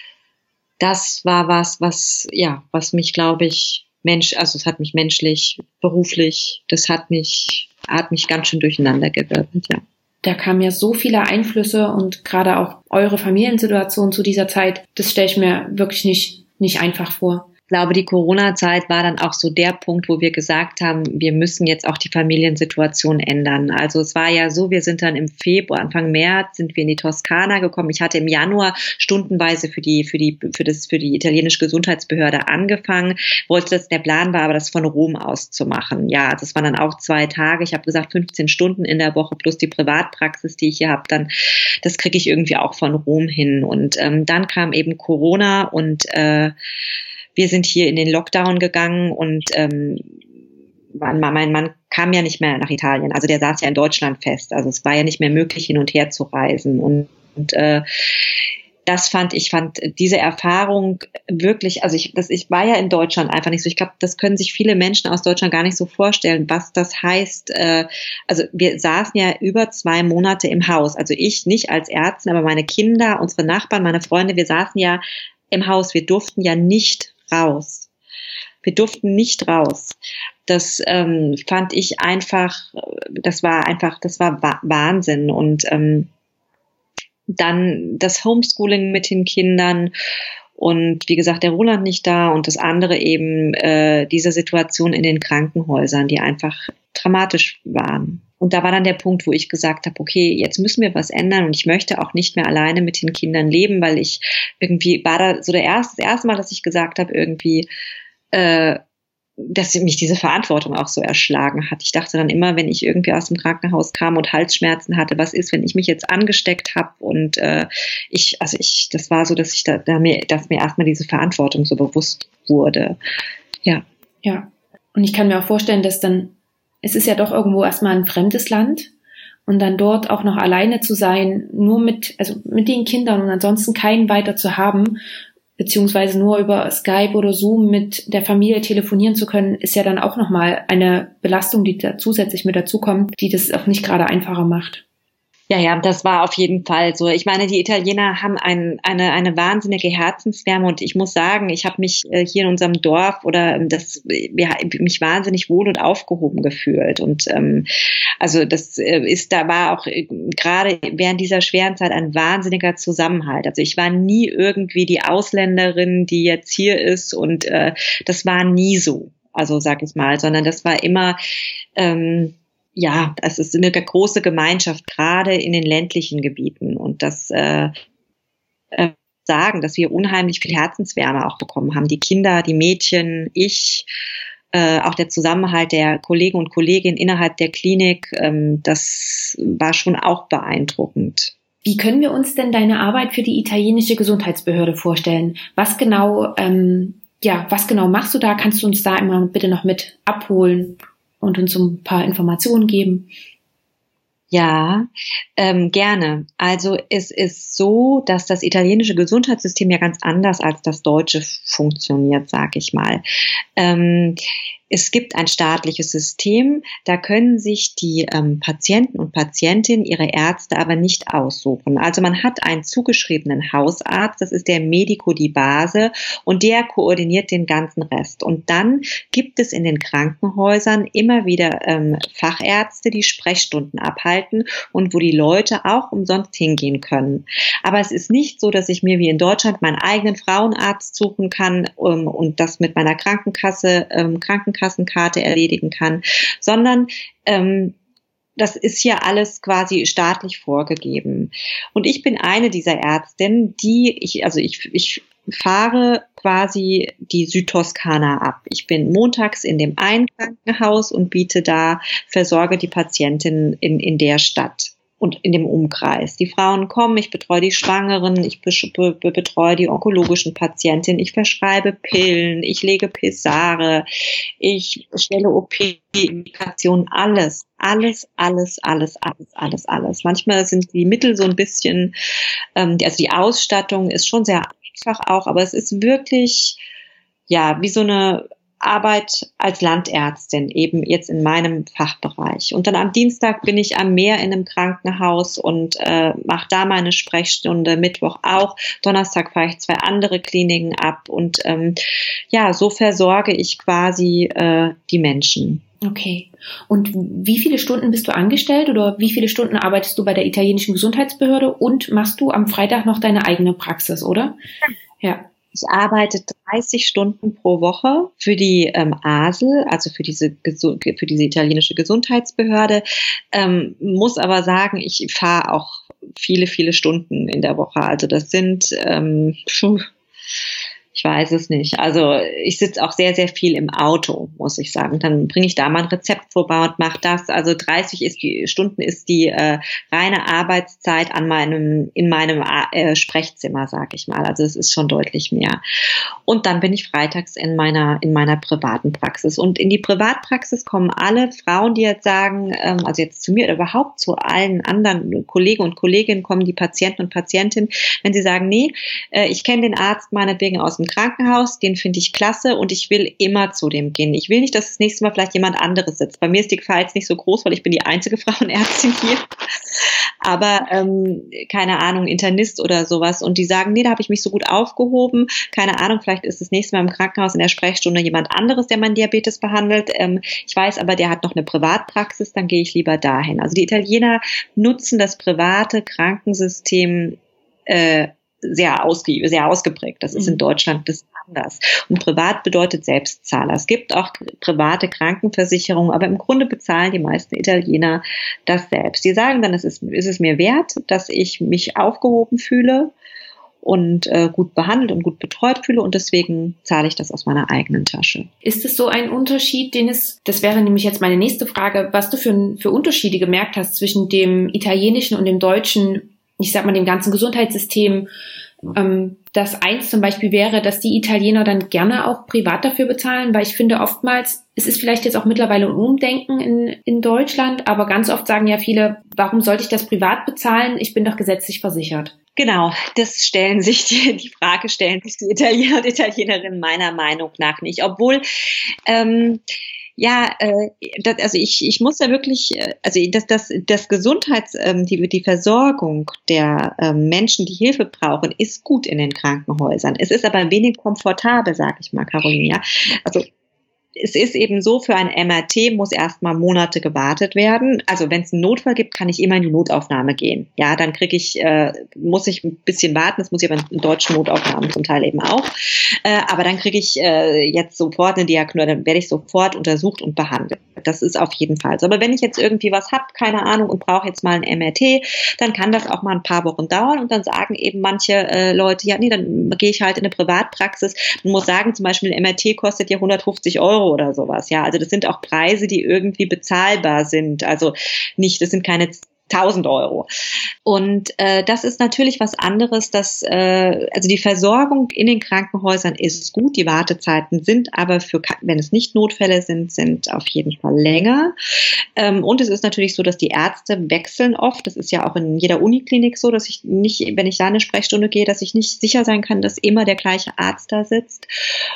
das war was, was, ja, was mich, glaube ich, Mensch, also es hat mich menschlich, beruflich, das hat mich, hat mich ganz schön durcheinander gewirbelt, ja. Da kamen ja so viele Einflüsse und gerade auch eure Familiensituation zu dieser Zeit, das stelle ich mir wirklich nicht nicht einfach vor. Ich glaube, die Corona-Zeit war dann auch so der Punkt, wo wir gesagt haben, wir müssen jetzt auch die Familiensituation ändern. Also es war ja so, wir sind dann im Februar, Anfang März sind wir in die Toskana gekommen. Ich hatte im Januar stundenweise für die, für die, für das, für die italienische Gesundheitsbehörde angefangen. Wollte das, der Plan war aber, das von Rom aus zu machen. Ja, das waren dann auch zwei Tage. Ich habe gesagt, fünfzehn Stunden in der Woche plus die Privatpraxis, die ich hier habe, dann, das kriege ich irgendwie auch von Rom hin. Und ähm, dann kam eben Corona und äh, wir sind hier in den Lockdown gegangen und ähm, mein, mein Mann kam ja nicht mehr nach Italien. Also der saß ja in Deutschland fest. Also es war ja nicht mehr möglich, hin und her zu reisen. Und, und äh, das fand ich, fand diese Erfahrung wirklich, also ich, das, ich war ja in Deutschland einfach nicht so. Ich glaube, das können sich viele Menschen aus Deutschland gar nicht so vorstellen, was das heißt. Äh, also wir saßen ja über zwei Monate im Haus. Also ich nicht als Ärztin, aber meine Kinder, unsere Nachbarn, meine Freunde, wir saßen ja im Haus. Wir durften ja nicht raus. Wir durften nicht raus. Das ähm, fand ich einfach, das war einfach, das war Wahnsinn. Und ähm, dann das Homeschooling mit den Kindern und wie gesagt, der Roland nicht da und das andere eben äh, diese Situation in den Krankenhäusern, die einfach dramatisch waren. Und da war dann der Punkt, wo ich gesagt habe, okay, jetzt müssen wir was ändern und ich möchte auch nicht mehr alleine mit den Kindern leben, weil ich irgendwie, war da so der erste, das erste Mal, dass ich gesagt habe, irgendwie, äh, dass mich diese Verantwortung auch so erschlagen hat. Ich dachte dann immer, wenn ich irgendwie aus dem Krankenhaus kam und Halsschmerzen hatte, was ist, wenn ich mich jetzt angesteckt habe? Und äh, ich, also ich, das war so, dass ich da, da mir, dass mir erstmal diese Verantwortung so bewusst wurde. Ja. Ja. Und ich kann mir auch vorstellen, dass dann, es ist ja doch irgendwo erstmal ein fremdes Land und dann dort auch noch alleine zu sein, nur mit, also mit den Kindern und ansonsten keinen weiter zu haben, beziehungsweise nur über Skype oder Zoom mit der Familie telefonieren zu können, ist ja dann auch nochmal eine Belastung, die da zusätzlich mit dazukommt, die das auch nicht gerade einfacher macht. Ja, ja, das war auf jeden Fall so. Ich meine, die Italiener haben ein, eine eine wahnsinnige Herzenswärme und ich muss sagen, ich habe mich äh, hier in unserem Dorf oder das ja, mich wahnsinnig wohl und aufgehoben gefühlt und ähm, also das äh, ist da war auch äh, gerade während dieser schweren Zeit ein wahnsinniger Zusammenhalt. Also ich war nie irgendwie die Ausländerin, die jetzt hier ist und äh, das war nie so. Also sag ich mal, sondern das war immer ähm, ja, es ist eine große Gemeinschaft, gerade in den ländlichen Gebieten. Und das äh, äh, sagen, dass wir unheimlich viel Herzenswärme auch bekommen haben. Die Kinder, die Mädchen, ich. äh, auch der Zusammenhalt der Kollegen und Kolleginnen innerhalb der Klinik, ähm, das war schon auch beeindruckend. Wie können wir uns denn deine Arbeit für die italienische Gesundheitsbehörde vorstellen? Was genau, ähm, ja, was genau machst du da? Kannst du uns da immer bitte noch mit abholen und uns so ein paar Informationen geben? Ja, ähm, gerne. Also es ist so, dass das italienische Gesundheitssystem ja ganz anders als das deutsche funktioniert, sag ich mal. Ähm, Es gibt ein staatliches System, da können sich die ähm, Patienten und Patientinnen ihre Ärzte aber nicht aussuchen. Also man hat einen zugeschriebenen Hausarzt, das ist der Medico di Base, und der koordiniert den ganzen Rest. Und dann gibt es in den Krankenhäusern immer wieder ähm, Fachärzte, die Sprechstunden abhalten und wo die Leute auch umsonst hingehen können. Aber es ist nicht so, dass ich mir wie in Deutschland meinen eigenen Frauenarzt suchen kann um, und das mit meiner Krankenkasse, ähm, Krankenkasse Kassenkarte erledigen kann, sondern ähm, das ist ja alles quasi staatlich vorgegeben. Und ich bin eine dieser Ärztinnen, die ich, also ich, ich fahre quasi die Südtoskana ab. Ich bin montags in dem einen Krankenhaus und biete da, versorge die Patientinnen in, in der Stadt und in dem Umkreis. Die Frauen kommen, ich betreue die Schwangeren, ich be- be- betreue die onkologischen Patientinnen, ich verschreibe Pillen, ich lege Pessare, ich stelle O P-Indikationen, alles, alles, alles, alles, alles, alles, alles. Manchmal sind die Mittel so ein bisschen, ähm, also die Ausstattung ist schon sehr einfach auch, aber es ist wirklich, ja, wie so eine Arbeit als Landärztin, eben jetzt in meinem Fachbereich. Und dann am Dienstag bin ich am Meer in einem Krankenhaus und äh, mache da meine Sprechstunde, Mittwoch auch. Donnerstag fahre ich zwei andere Kliniken ab und ähm, ja, so versorge ich quasi äh, die Menschen. Okay. Und wie viele Stunden bist du angestellt oder wie viele Stunden arbeitest du bei der italienischen Gesundheitsbehörde und machst du am Freitag noch deine eigene Praxis, oder? Ja. Ich arbeite dreißig Stunden pro Woche für die ähm, A S L, also für diese für diese italienische Gesundheitsbehörde, ähm, muss aber sagen, ich fahre auch viele, viele Stunden in der Woche. Also das sind, ähm, puh, ich weiß es nicht. Also ich sitze auch sehr, sehr viel im Auto, muss ich sagen. Dann bringe ich da mal ein Rezept vorbei und mache das. Also dreißig ist die, Stunden ist die äh, reine Arbeitszeit an meinem in meinem äh, Sprechzimmer, sag ich mal. Also es ist schon deutlich mehr. Und dann bin ich freitags in meiner in meiner privaten Praxis. Und in die Privatpraxis kommen alle Frauen, die jetzt sagen, ähm, also jetzt zu mir oder überhaupt zu allen anderen Kollegen und Kolleginnen kommen die Patienten und Patientinnen, wenn sie sagen, nee, äh, ich kenne den Arzt meinetwegen aus dem Krankenhaus, den finde ich klasse und ich will immer zu dem gehen. Ich will nicht, dass das nächste Mal vielleicht jemand anderes sitzt. Bei mir ist die Gefahr jetzt nicht so groß, weil ich bin die einzige Frauenärztin hier. Aber ähm, keine Ahnung, Internist oder sowas. Und die sagen, nee, da habe ich mich so gut aufgehoben. Keine Ahnung, vielleicht ist das nächste Mal im Krankenhaus in der Sprechstunde jemand anderes, der meinen Diabetes behandelt. Ähm, ich weiß aber, der hat noch eine Privatpraxis, dann gehe ich lieber dahin. Also die Italiener nutzen das private Krankensystem äh, sehr ausge, sehr ausgeprägt. Das ist in Deutschland das anders. Und privat bedeutet Selbstzahler. Es gibt auch private Krankenversicherungen, aber im Grunde bezahlen die meisten Italiener das selbst. Die sagen dann, es ist, ist es mir wert, dass ich mich aufgehoben fühle und äh, gut behandelt und gut betreut fühle und deswegen zahle ich das aus meiner eigenen Tasche. Ist es so ein Unterschied, den es, das wäre nämlich jetzt meine nächste Frage, was du für, für Unterschiede gemerkt hast zwischen dem italienischen und dem deutschen, ich sag mal, dem ganzen Gesundheitssystem. Ähm, das eins zum Beispiel wäre, dass die Italiener dann gerne auch privat dafür bezahlen, weil ich finde oftmals, es ist vielleicht jetzt auch mittlerweile ein Umdenken in, in Deutschland, aber ganz oft sagen ja viele, warum sollte ich das privat bezahlen? Ich bin doch gesetzlich versichert. Genau, das stellen sich die, die Frage stellen sich die Italiener und Italienerinnen meiner Meinung nach nicht, obwohl ähm, Ja, äh, das, also ich, ich muss da wirklich, also das, das, das Gesundheits, ähm, die, die Versorgung der ähm, Menschen, die Hilfe brauchen, ist gut in den Krankenhäusern. Es ist aber wenig komfortabel, sag ich mal, Caroline. Ja? Also es ist eben so, für ein M R T muss erstmal Monate gewartet werden. Also wenn es einen Notfall gibt, kann ich immer in die Notaufnahme gehen. Ja, dann kriege ich, äh, muss ich ein bisschen warten. Das muss ich aber in deutschen Notaufnahmen zum Teil eben auch. Äh, aber dann kriege ich äh, jetzt sofort eine Diagnose, dann werde ich sofort untersucht und behandelt. Das ist auf jeden Fall so. Aber wenn ich jetzt irgendwie was habe, keine Ahnung, und brauche jetzt mal ein M R T, dann kann das auch mal ein paar Wochen dauern und dann sagen eben manche äh, Leute, ja, nee, dann gehe ich halt in eine Privatpraxis. Man muss sagen, zum Beispiel ein M R T kostet ja hundertfünfzig Euro Euro oder sowas. Ja, also das sind auch Preise, die irgendwie bezahlbar sind. Also nicht, das sind keine tausend Euro. Und äh, das ist natürlich was anderes, dass äh, also die Versorgung in den Krankenhäusern ist gut, die Wartezeiten sind aber für, wenn es nicht Notfälle sind, sind auf jeden Fall länger. Ähm, und es ist natürlich so, dass die Ärzte wechseln oft. Das ist ja auch in jeder Uniklinik so, dass ich nicht, wenn ich da eine Sprechstunde gehe, dass ich nicht sicher sein kann, dass immer der gleiche Arzt da sitzt.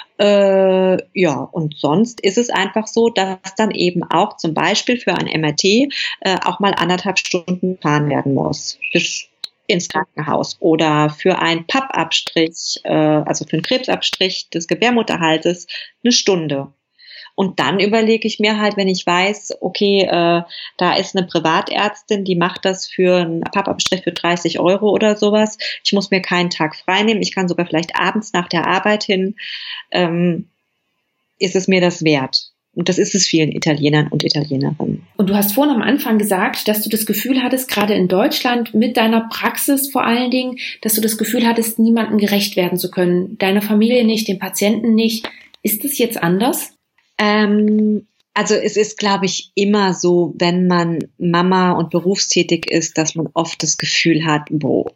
Äh, ja, und sonst ist es einfach so, dass dann eben auch zum Beispiel für ein M R T äh, auch mal anderthalb Stunden fahren werden muss bis ins Krankenhaus oder für einen Pappabstrich, äh, also für einen Krebsabstrich des Gebärmutterhalses eine Stunde. Und dann überlege ich mir halt, wenn ich weiß, okay, äh, da ist eine Privatärztin, die macht das für einen Pappabstrich für dreißig Euro oder sowas. Ich muss mir keinen Tag frei nehmen. Ich kann sogar vielleicht abends nach der Arbeit hin. Ähm, ist es mir das wert? Und das ist es vielen Italienern und Italienerinnen. Und du hast vorhin am Anfang gesagt, dass du das Gefühl hattest, gerade in Deutschland mit deiner Praxis vor allen Dingen, dass du das Gefühl hattest, niemandem gerecht werden zu können. Deiner Familie nicht, dem Patienten nicht. Ist das jetzt anders? Ähm, also es ist, glaube ich, immer so, wenn man Mama und berufstätig ist, dass man oft das Gefühl hat, boah,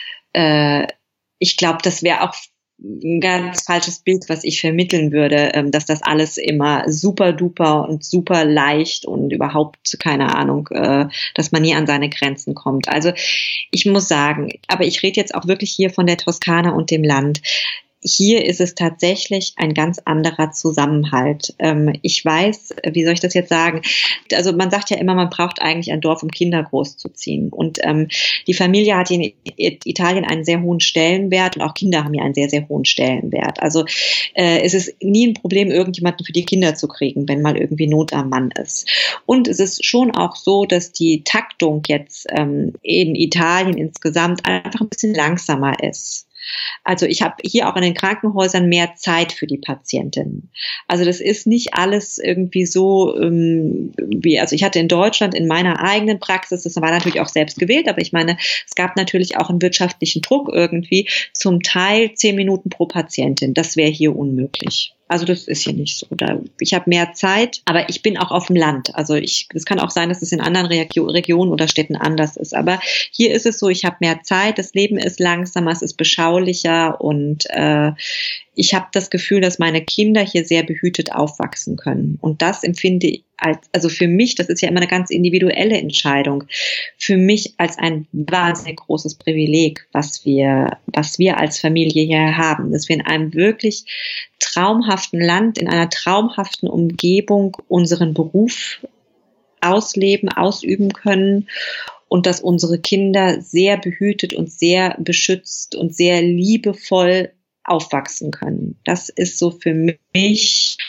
äh, ich glaube, das wäre auch ein ganz falsches Bild, was ich vermitteln würde, ähm, dass das alles immer super duper und super leicht und überhaupt keine Ahnung, äh, dass man nie an seine Grenzen kommt. Also ich muss sagen, aber ich rede jetzt auch wirklich hier von der Toskana und dem Land. Hier ist es tatsächlich ein ganz anderer Zusammenhalt. Ähm, ich weiß, wie soll ich das jetzt sagen? Also man sagt ja immer, man braucht eigentlich ein Dorf, um Kinder großzuziehen. Und ähm, die Familie hat in Italien einen sehr hohen Stellenwert und auch Kinder haben ja einen sehr, sehr hohen Stellenwert. Also äh, es ist nie ein Problem, irgendjemanden für die Kinder zu kriegen, wenn mal irgendwie Not am Mann ist. Und es ist schon auch so, dass die Taktung jetzt ähm, in Italien insgesamt einfach ein bisschen langsamer ist. Also ich habe hier auch in den Krankenhäusern mehr Zeit für die Patientinnen. Also das ist nicht alles irgendwie so ähm, wie, also ich hatte in Deutschland in meiner eigenen Praxis, das war natürlich auch selbst gewählt, aber ich meine, es gab natürlich auch einen wirtschaftlichen Druck irgendwie, zum Teil zehn Minuten pro Patientin. Das wäre hier unmöglich. Also das ist hier nicht so. Da, ich habe mehr Zeit, aber ich bin auch auf dem Land. Also ich, es kann auch sein, dass es in anderen Regio- Regionen oder Städten anders ist. Aber hier ist es so, ich habe mehr Zeit, das Leben ist langsamer, es ist beschaulicher und äh, ich habe das Gefühl, dass meine Kinder hier sehr behütet aufwachsen können. Und das empfinde ich als, also für mich, das ist ja immer eine ganz individuelle Entscheidung, für mich als ein wahnsinnig großes Privileg, was wir, was wir als Familie hier haben, dass wir in einem wirklich traumhaften Land, in einer traumhaften Umgebung unseren Beruf ausleben, ausüben können und dass unsere Kinder sehr behütet und sehr beschützt und sehr liebevoll aufwachsen können. Das ist so für mich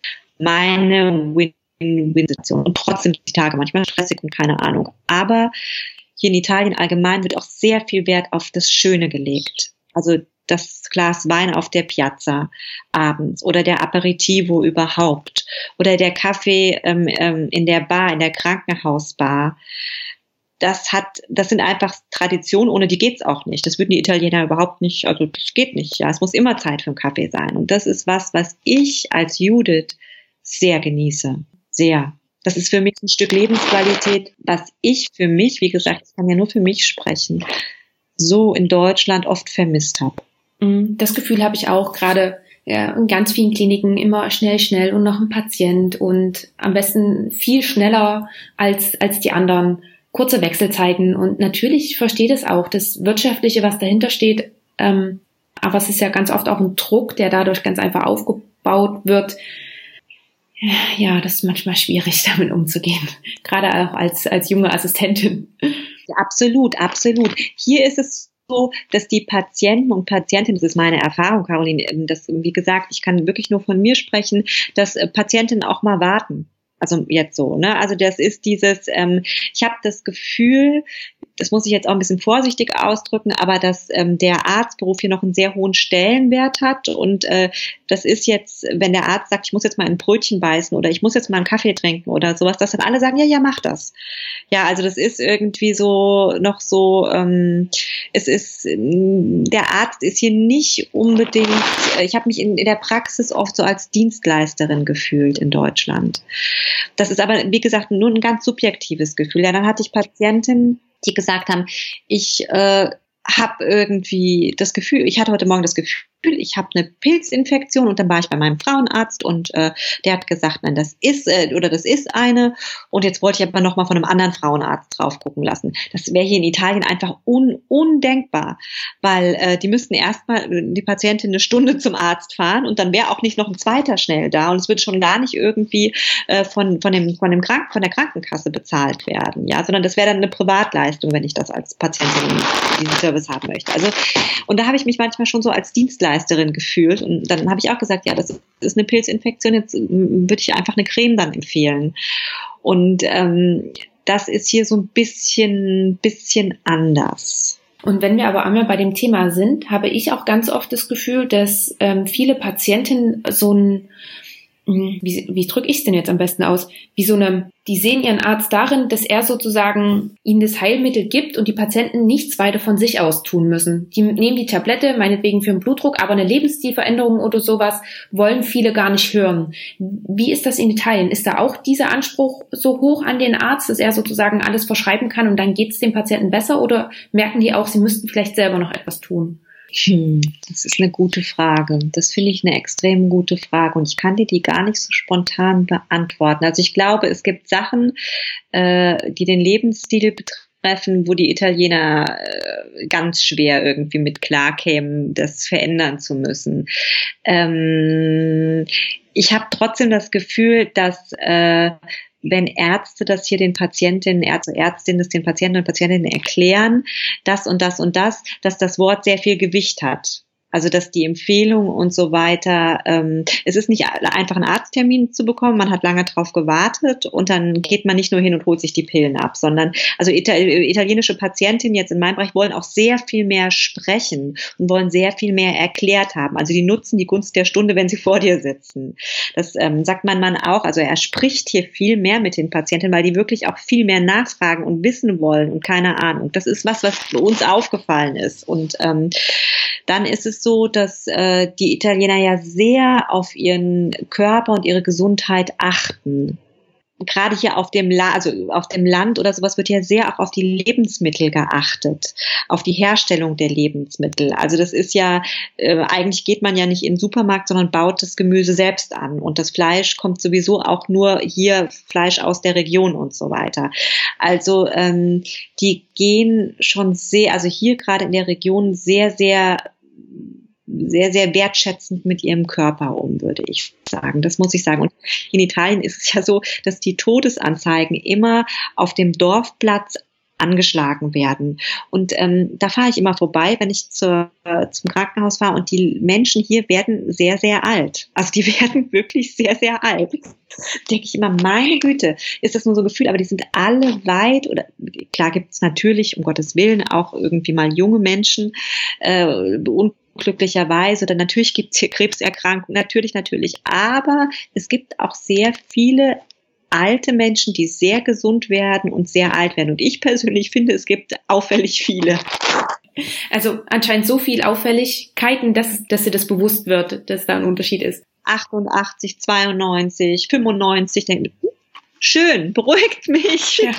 meine Win-Win-Situation. Und trotzdem sind die Tage manchmal stressig und keine Ahnung. Aber hier in Italien allgemein wird auch sehr viel Wert auf das Schöne gelegt. Also das Glas Wein auf der Piazza abends oder der Aperitivo überhaupt oder der Kaffee ähm, ähm, in der Bar, in der Krankenhausbar. Das hat, das sind einfach Traditionen, ohne die geht's auch nicht. Das würden die Italiener überhaupt nicht, also das geht nicht. Ja, es muss immer Zeit für einen Kaffee sein. Und das ist was, was ich als Judith sehr genieße. Sehr. Das ist für mich ein Stück Lebensqualität, was ich für mich, wie gesagt, ich kann ja nur für mich sprechen, so in Deutschland oft vermisst habe. Das Gefühl habe ich auch gerade ja, in ganz vielen Kliniken immer schnell, schnell und noch ein Patient und am besten viel schneller als, als die anderen. Kurze Wechselzeiten und natürlich, ich verstehe das auch, das Wirtschaftliche, was dahinter steht, ähm, aber es ist ja ganz oft auch ein Druck, der dadurch ganz einfach aufgebaut wird. Ja, das ist manchmal schwierig, damit umzugehen, gerade auch als, als junge Assistentin. Ja, absolut, absolut. Hier ist es so, dass die Patienten und Patientinnen, das ist meine Erfahrung, Caroline, das, wie gesagt, ich kann wirklich nur von mir sprechen, dass Patientinnen auch mal warten. Also jetzt so, ne? Also das ist dieses, ähm, ich habe das Gefühl, das muss ich jetzt auch ein bisschen vorsichtig ausdrücken, aber dass ähm, der Arztberuf hier noch einen sehr hohen Stellenwert hat und äh, das ist jetzt, wenn der Arzt sagt, ich muss jetzt mal ein Brötchen beißen oder ich muss jetzt mal einen Kaffee trinken oder sowas, dass dann alle sagen, ja, ja, mach das. Ja, also das ist irgendwie so noch so, ähm, es ist, der Arzt ist hier nicht unbedingt, ich habe mich in, in der Praxis oft so als Dienstleisterin gefühlt in Deutschland. Das ist aber, wie gesagt, nur ein ganz subjektives Gefühl. Ja, dann hatte ich Patientinnen, die gesagt haben, ich äh, habe irgendwie das Gefühl, ich hatte heute Morgen das Gefühl, ich habe eine Pilzinfektion und dann war ich bei meinem Frauenarzt und äh, der hat gesagt, nein, das ist äh, oder das ist eine und jetzt wollte ich aber nochmal von einem anderen Frauenarzt drauf gucken lassen. Das wäre hier in Italien einfach un, undenkbar, weil äh, die müssten erstmal die Patientin eine Stunde zum Arzt fahren und dann wäre auch nicht noch ein zweiter schnell da und es würde schon gar nicht irgendwie äh, von von dem von dem Krank von der Krankenkasse bezahlt werden, ja, sondern das wäre dann eine Privatleistung, wenn ich das als Patientin diesen Service haben möchte. Also und da habe ich mich manchmal schon so als Dienstleisterin gefühlt und dann habe ich auch gesagt, ja, das ist eine Pilzinfektion, jetzt würde ich einfach eine Creme dann empfehlen. Und ähm, das ist hier so ein bisschen, bisschen anders. Und wenn wir aber einmal bei dem Thema sind, habe ich auch ganz oft das Gefühl, dass ähm, viele Patientinnen so ein, wie, wie drücke ich es denn jetzt am besten aus, wie so eine, die sehen ihren Arzt darin, dass er sozusagen ihnen das Heilmittel gibt und die Patienten nichts weiter von sich aus tun müssen. Die nehmen die Tablette, meinetwegen für den Blutdruck, aber eine Lebensstilveränderung oder sowas wollen viele gar nicht hören. Wie ist das in Italien? Ist da auch dieser Anspruch so hoch an den Arzt, dass er sozusagen alles verschreiben kann und dann geht es dem Patienten besser oder merken die auch, sie müssten vielleicht selber noch etwas tun? Hm, das ist eine gute Frage. Das finde ich eine extrem gute Frage und ich kann dir die gar nicht so spontan beantworten. Also ich glaube, es gibt Sachen, äh, die den Lebensstil betreffen, wo die Italiener äh, ganz schwer irgendwie mit klarkämen, das verändern zu müssen. Ähm, ich habe trotzdem das Gefühl, dass äh, wenn Ärzte das hier den Patientinnen, Ärzte, Ärztinnen das den Patienten und Patientinnen erklären, das und das und das, dass das Wort sehr viel Gewicht hat. Also dass die Empfehlung und so weiter, ähm, es ist nicht einfach einen Arzttermin zu bekommen, man hat lange drauf gewartet und dann geht man nicht nur hin und holt sich die Pillen ab, sondern also italienische Patientinnen jetzt in meinem Bereich wollen auch sehr viel mehr sprechen und wollen sehr viel mehr erklärt haben. Also die nutzen die Gunst der Stunde, wenn sie vor dir sitzen. Das ähm, sagt mein Mann auch, also er spricht hier viel mehr mit den Patientinnen, weil die wirklich auch viel mehr nachfragen und wissen wollen und keine Ahnung. Das ist was, was uns aufgefallen ist und ähm, dann ist es so, dass äh, die Italiener ja sehr auf ihren Körper und ihre Gesundheit achten. Gerade hier auf dem, La- also auf dem Land oder sowas wird ja sehr auch auf die Lebensmittel geachtet, auf die Herstellung der Lebensmittel. Also das ist ja, äh, eigentlich geht man ja nicht in den Supermarkt, sondern baut das Gemüse selbst an. Und das Fleisch kommt sowieso auch nur hier, Fleisch aus der Region und so weiter. Also ähm, die gehen schon sehr, also hier gerade in der Region sehr, sehr sehr, sehr wertschätzend mit ihrem Körper um, würde ich sagen. Das muss ich sagen. Und in Italien ist es ja so, dass die Todesanzeigen immer auf dem Dorfplatz angeschlagen werden. Und ähm, da fahre ich immer vorbei, wenn ich zur, äh, zum Krankenhaus fahre und die Menschen hier werden sehr, sehr alt. Also die werden wirklich sehr, sehr alt. Denke ich immer, meine Güte, ist das nur so ein Gefühl, aber die sind alle weit oder klar gibt es natürlich, um Gottes Willen, auch irgendwie mal junge Menschen äh, und glücklicherweise, oder natürlich gibt es hier Krebserkrankungen, natürlich, natürlich, aber es gibt auch sehr viele alte Menschen, die sehr gesund werden und sehr alt werden. Und ich persönlich finde, es gibt auffällig viele. Also anscheinend so viel Auffälligkeiten, dass, dass dir das bewusst wird, dass da ein Unterschied ist. achtundachtzig, zweiundneunzig, fünfundneunzig, denke ich, schön, beruhigt mich. Ja.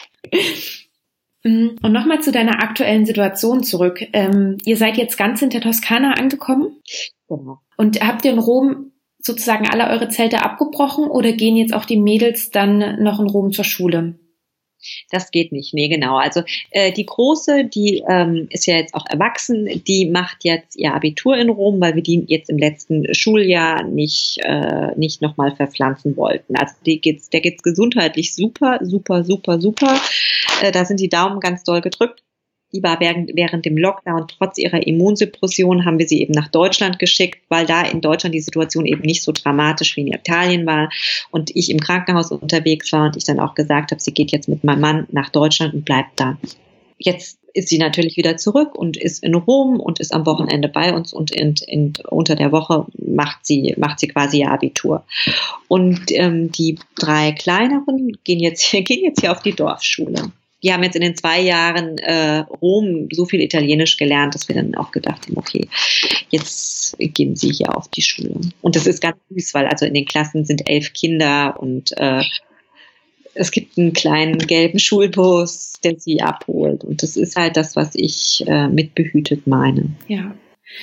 Und nochmal zu deiner aktuellen Situation zurück. Ähm, ihr seid jetzt ganz in der Toskana angekommen. Genau. Und habt ihr in Rom sozusagen alle eure Zelte abgebrochen oder gehen jetzt auch die Mädels dann noch in Rom zur Schule? Das geht nicht, nee, genau. Also äh, die Große, die ähm, ist ja jetzt auch erwachsen, die macht jetzt ihr Abitur in Rom, weil wir die jetzt im letzten Schuljahr nicht äh, nicht nochmal verpflanzen wollten. Also die geht's, der geht's gesundheitlich super, super, super, super. Äh, da sind die Daumen ganz doll gedrückt. Die war während, während dem Lockdown, trotz ihrer Immunsuppression, haben wir sie eben nach Deutschland geschickt, weil da in Deutschland die Situation eben nicht so dramatisch wie in Italien war und ich im Krankenhaus unterwegs war und ich dann auch gesagt habe, sie geht jetzt mit meinem Mann nach Deutschland und bleibt da. jetzt ist sie natürlich wieder zurück und ist in Rom und ist am Wochenende bei uns und in, in, unter der Woche macht sie, macht sie quasi ihr Abitur. Und ähm, die drei Kleineren gehen jetzt, gehen jetzt hier auf die Dorfschule. Die haben jetzt in den zwei Jahren äh, Rom so viel Italienisch gelernt, dass wir dann auch gedacht haben, okay, jetzt gehen sie hier auf die Schule. Und das ist ganz süß, weil also in den Klassen sind elf Kinder und äh, es gibt einen kleinen gelben Schulbus, der sie abholt. Und das ist halt das, was ich äh, mit behütet meine. Ja.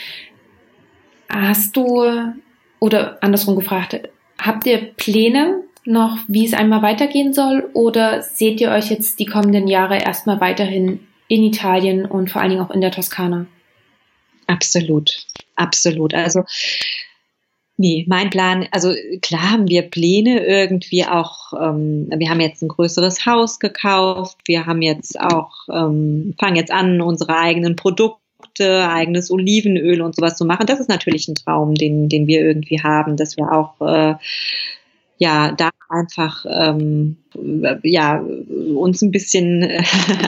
Hast du, oder andersrum gefragt, habt ihr Pläne noch, wie es einmal weitergehen soll? Oder seht ihr euch jetzt die kommenden Jahre erstmal weiterhin in Italien und vor allen Dingen auch in der Toskana? Absolut, absolut. Also nee, mein Plan, also klar haben wir Pläne irgendwie auch, ähm, wir haben jetzt ein größeres Haus gekauft, wir haben jetzt auch, ähm, fangen jetzt an, unsere eigenen Produkte, eigenes Olivenöl und sowas zu machen. Das ist natürlich ein Traum, den, den wir irgendwie haben, dass wir auch äh, ja, da einfach ähm, ja uns ein bisschen äh,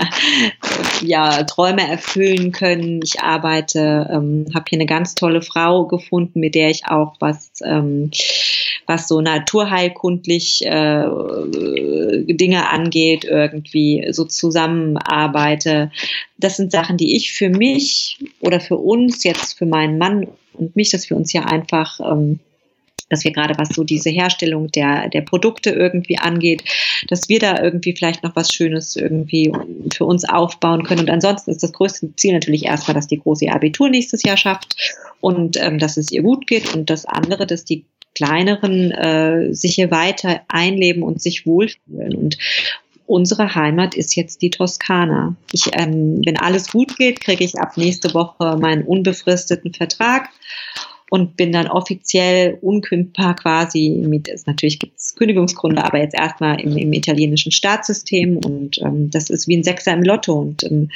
ja Träume erfüllen können. Ich arbeite, ähm, habe hier eine ganz tolle Frau gefunden, mit der ich auch was ähm, was so naturheilkundlich äh, Dinge angeht, irgendwie so zusammenarbeite. Das sind Sachen, die ich für mich oder für uns jetzt, für meinen Mann und mich, dass wir uns hier einfach ähm, dass wir gerade, was so diese Herstellung der, der Produkte irgendwie angeht, dass wir da irgendwie vielleicht noch was Schönes irgendwie für uns aufbauen können. Und ansonsten ist das größte Ziel natürlich erstmal, dass die Große ihr Abitur nächstes Jahr schafft und ähm, dass es ihr gut geht. Und das andere, dass die Kleineren äh, sich hier weiter einleben und sich wohlfühlen. Und unsere Heimat ist jetzt die Toskana. Ich, ähm, wenn alles gut geht, kriege ich ab nächste Woche meinen unbefristeten Vertrag und bin dann offiziell unkündbar quasi mit, ist, natürlich gibt es Kündigungsgründe, aber jetzt erstmal im, im italienischen Staatssystem und ähm, das ist wie ein Sechser im Lotto und ähm,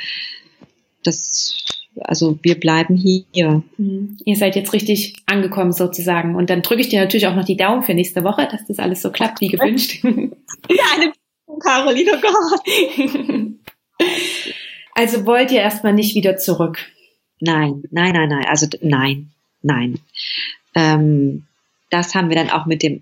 das, also wir bleiben hier. Mhm. Ihr seid jetzt richtig angekommen sozusagen und dann drücke ich dir natürlich auch noch die Daumen für nächste Woche, dass das alles so klappt wie gewünscht. Ja, eine Caroline, oh Gott. Also wollt ihr erstmal nicht wieder zurück? Nein, nein, nein, nein, also nein. Nein, ähm, das haben wir dann auch mit dem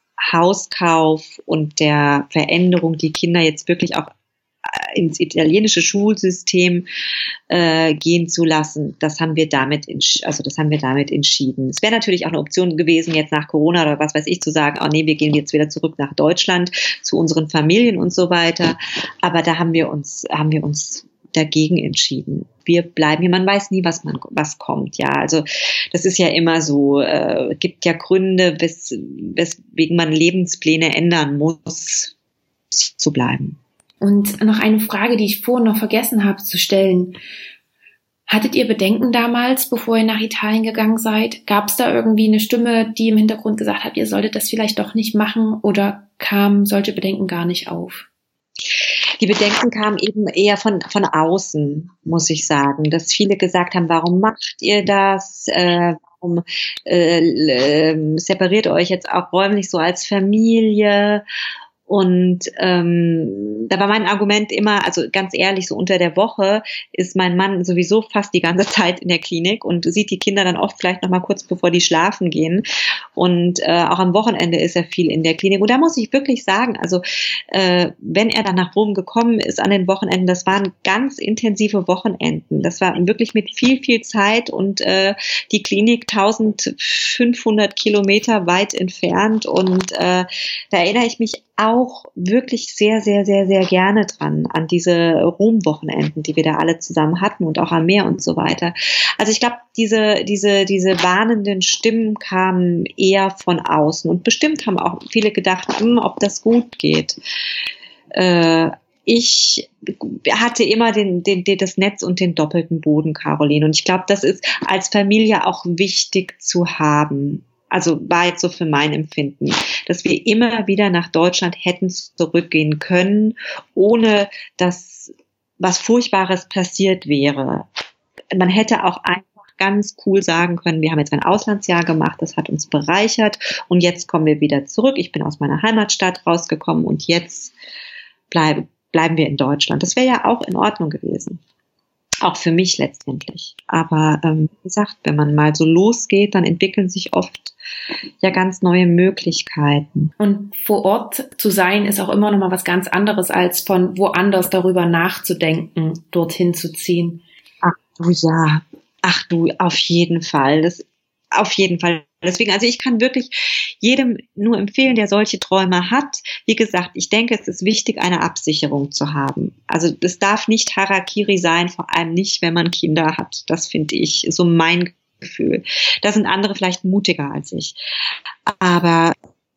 Hauskauf und der Veränderung, die Kinder jetzt wirklich auch ins italienische Schulsystem äh, gehen zu lassen. Das haben wir damit, also das haben wir damit entschieden. Es wäre natürlich auch eine Option gewesen, jetzt nach Corona oder was weiß ich, zu sagen, oh nee, wir gehen jetzt wieder zurück nach Deutschland zu unseren Familien und so weiter. Aber da haben wir uns, haben wir uns dagegen entschieden. Wir bleiben hier, man weiß nie, was man, was kommt, ja, also das ist ja immer so, äh, gibt ja Gründe, wes, weswegen man Lebenspläne ändern muss, zu bleiben. Und noch eine Frage, die ich vorhin noch vergessen habe zu stellen. Hattet ihr Bedenken damals, bevor ihr nach Italien gegangen seid? Gab es da irgendwie eine Stimme, die im Hintergrund gesagt hat, ihr solltet das vielleicht doch nicht machen, oder kamen solche Bedenken gar nicht auf? Die Bedenken kamen eben eher von, von außen, muss ich sagen, dass viele gesagt haben, warum macht ihr das? Äh, warum äh, äh, separiert ihr euch jetzt auch räumlich so als Familie? Und ähm, da war mein Argument immer, also ganz ehrlich, so unter der Woche ist mein Mann sowieso fast die ganze Zeit in der Klinik und sieht die Kinder dann oft vielleicht noch mal kurz bevor die schlafen gehen. Und äh, auch am Wochenende ist er viel in der Klinik. Und da muss ich wirklich sagen, also äh, wenn er dann nach Rom gekommen ist an den Wochenenden, das waren ganz intensive Wochenenden. Das war wirklich mit viel, viel Zeit und äh, die Klinik eintausendfünfhundert Kilometer weit entfernt. Und äh, da erinnere ich mich auch wirklich sehr, sehr, sehr, sehr gerne dran, an diese Rom-Wochenenden, die wir da alle zusammen hatten und auch am Meer und so weiter. Also ich glaube, diese, diese, diese warnenden Stimmen kamen eher von außen und bestimmt haben auch viele gedacht, hm, ob das gut geht. Äh, ich hatte immer den, den, den, das Netz und den doppelten Boden, Caroline, und ich glaube, das ist als Familie auch wichtig zu haben. Also war jetzt so für mein Empfinden, dass wir immer wieder nach Deutschland hätten zurückgehen können, ohne dass was Furchtbares passiert wäre. Man hätte auch einfach ganz cool sagen können, wir haben jetzt ein Auslandsjahr gemacht, das hat uns bereichert und jetzt kommen wir wieder zurück. Ich bin aus meiner Heimatstadt rausgekommen und jetzt bleibe bleiben wir in Deutschland. Das wäre ja auch in Ordnung gewesen. Auch für mich letztendlich. Aber ähm, wie gesagt, wenn man mal so losgeht, dann entwickeln sich oft ja ganz neue Möglichkeiten. Und vor Ort zu sein, ist auch immer noch mal was ganz anderes, als von woanders darüber nachzudenken, dorthin zu ziehen. Ach du, ja. Ach du, auf jeden Fall. Das, auf jeden Fall. Deswegen, also ich kann wirklich jedem nur empfehlen, der solche Träume hat. Wie gesagt, ich denke, es ist wichtig, eine Absicherung zu haben. Also das darf nicht Harakiri sein, vor allem nicht, wenn man Kinder hat. Das finde ich so mein Gefühl. Da sind andere vielleicht mutiger als ich. Aber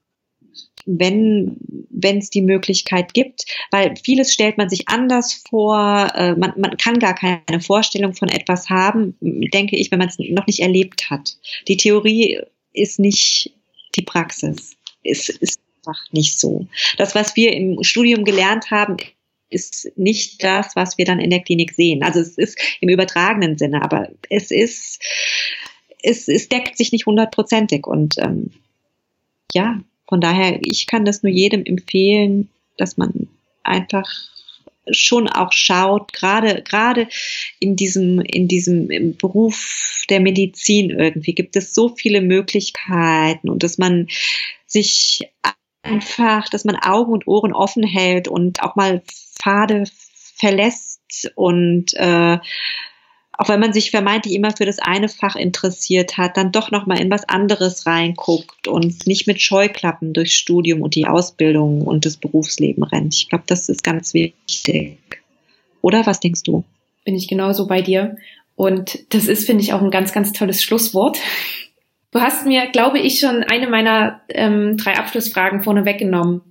wenn wenn es die Möglichkeit gibt, weil vieles stellt man sich anders vor, äh, man, man kann gar keine Vorstellung von etwas haben, denke ich, wenn man es noch nicht erlebt hat. Die Theorie ist nicht die Praxis. Es ist einfach nicht so. Das, was wir im Studium gelernt haben, ist nicht das, was wir dann in der Klinik sehen. Also es ist im übertragenen Sinne, aber es ist, es, es deckt sich nicht hundertprozentig und ähm, ja, von daher, ich kann das nur jedem empfehlen, dass man einfach schon auch schaut, gerade gerade in diesem in diesem Beruf der Medizin irgendwie gibt es so viele Möglichkeiten und dass man sich einfach, dass man Augen und Ohren offen hält und auch mal Pfade verlässt und äh, auch wenn man sich vermeintlich immer für das eine Fach interessiert hat, dann doch noch mal in was anderes reinguckt und nicht mit Scheuklappen durchs Studium und die Ausbildung und das Berufsleben rennt. Ich glaube, das ist ganz wichtig. Oder was denkst du? Bin ich genauso bei dir. Und das ist, finde ich, auch ein ganz, ganz tolles Schlusswort. Du hast mir, glaube ich, schon eine meiner ähm, drei Abschlussfragen vorne weggenommen.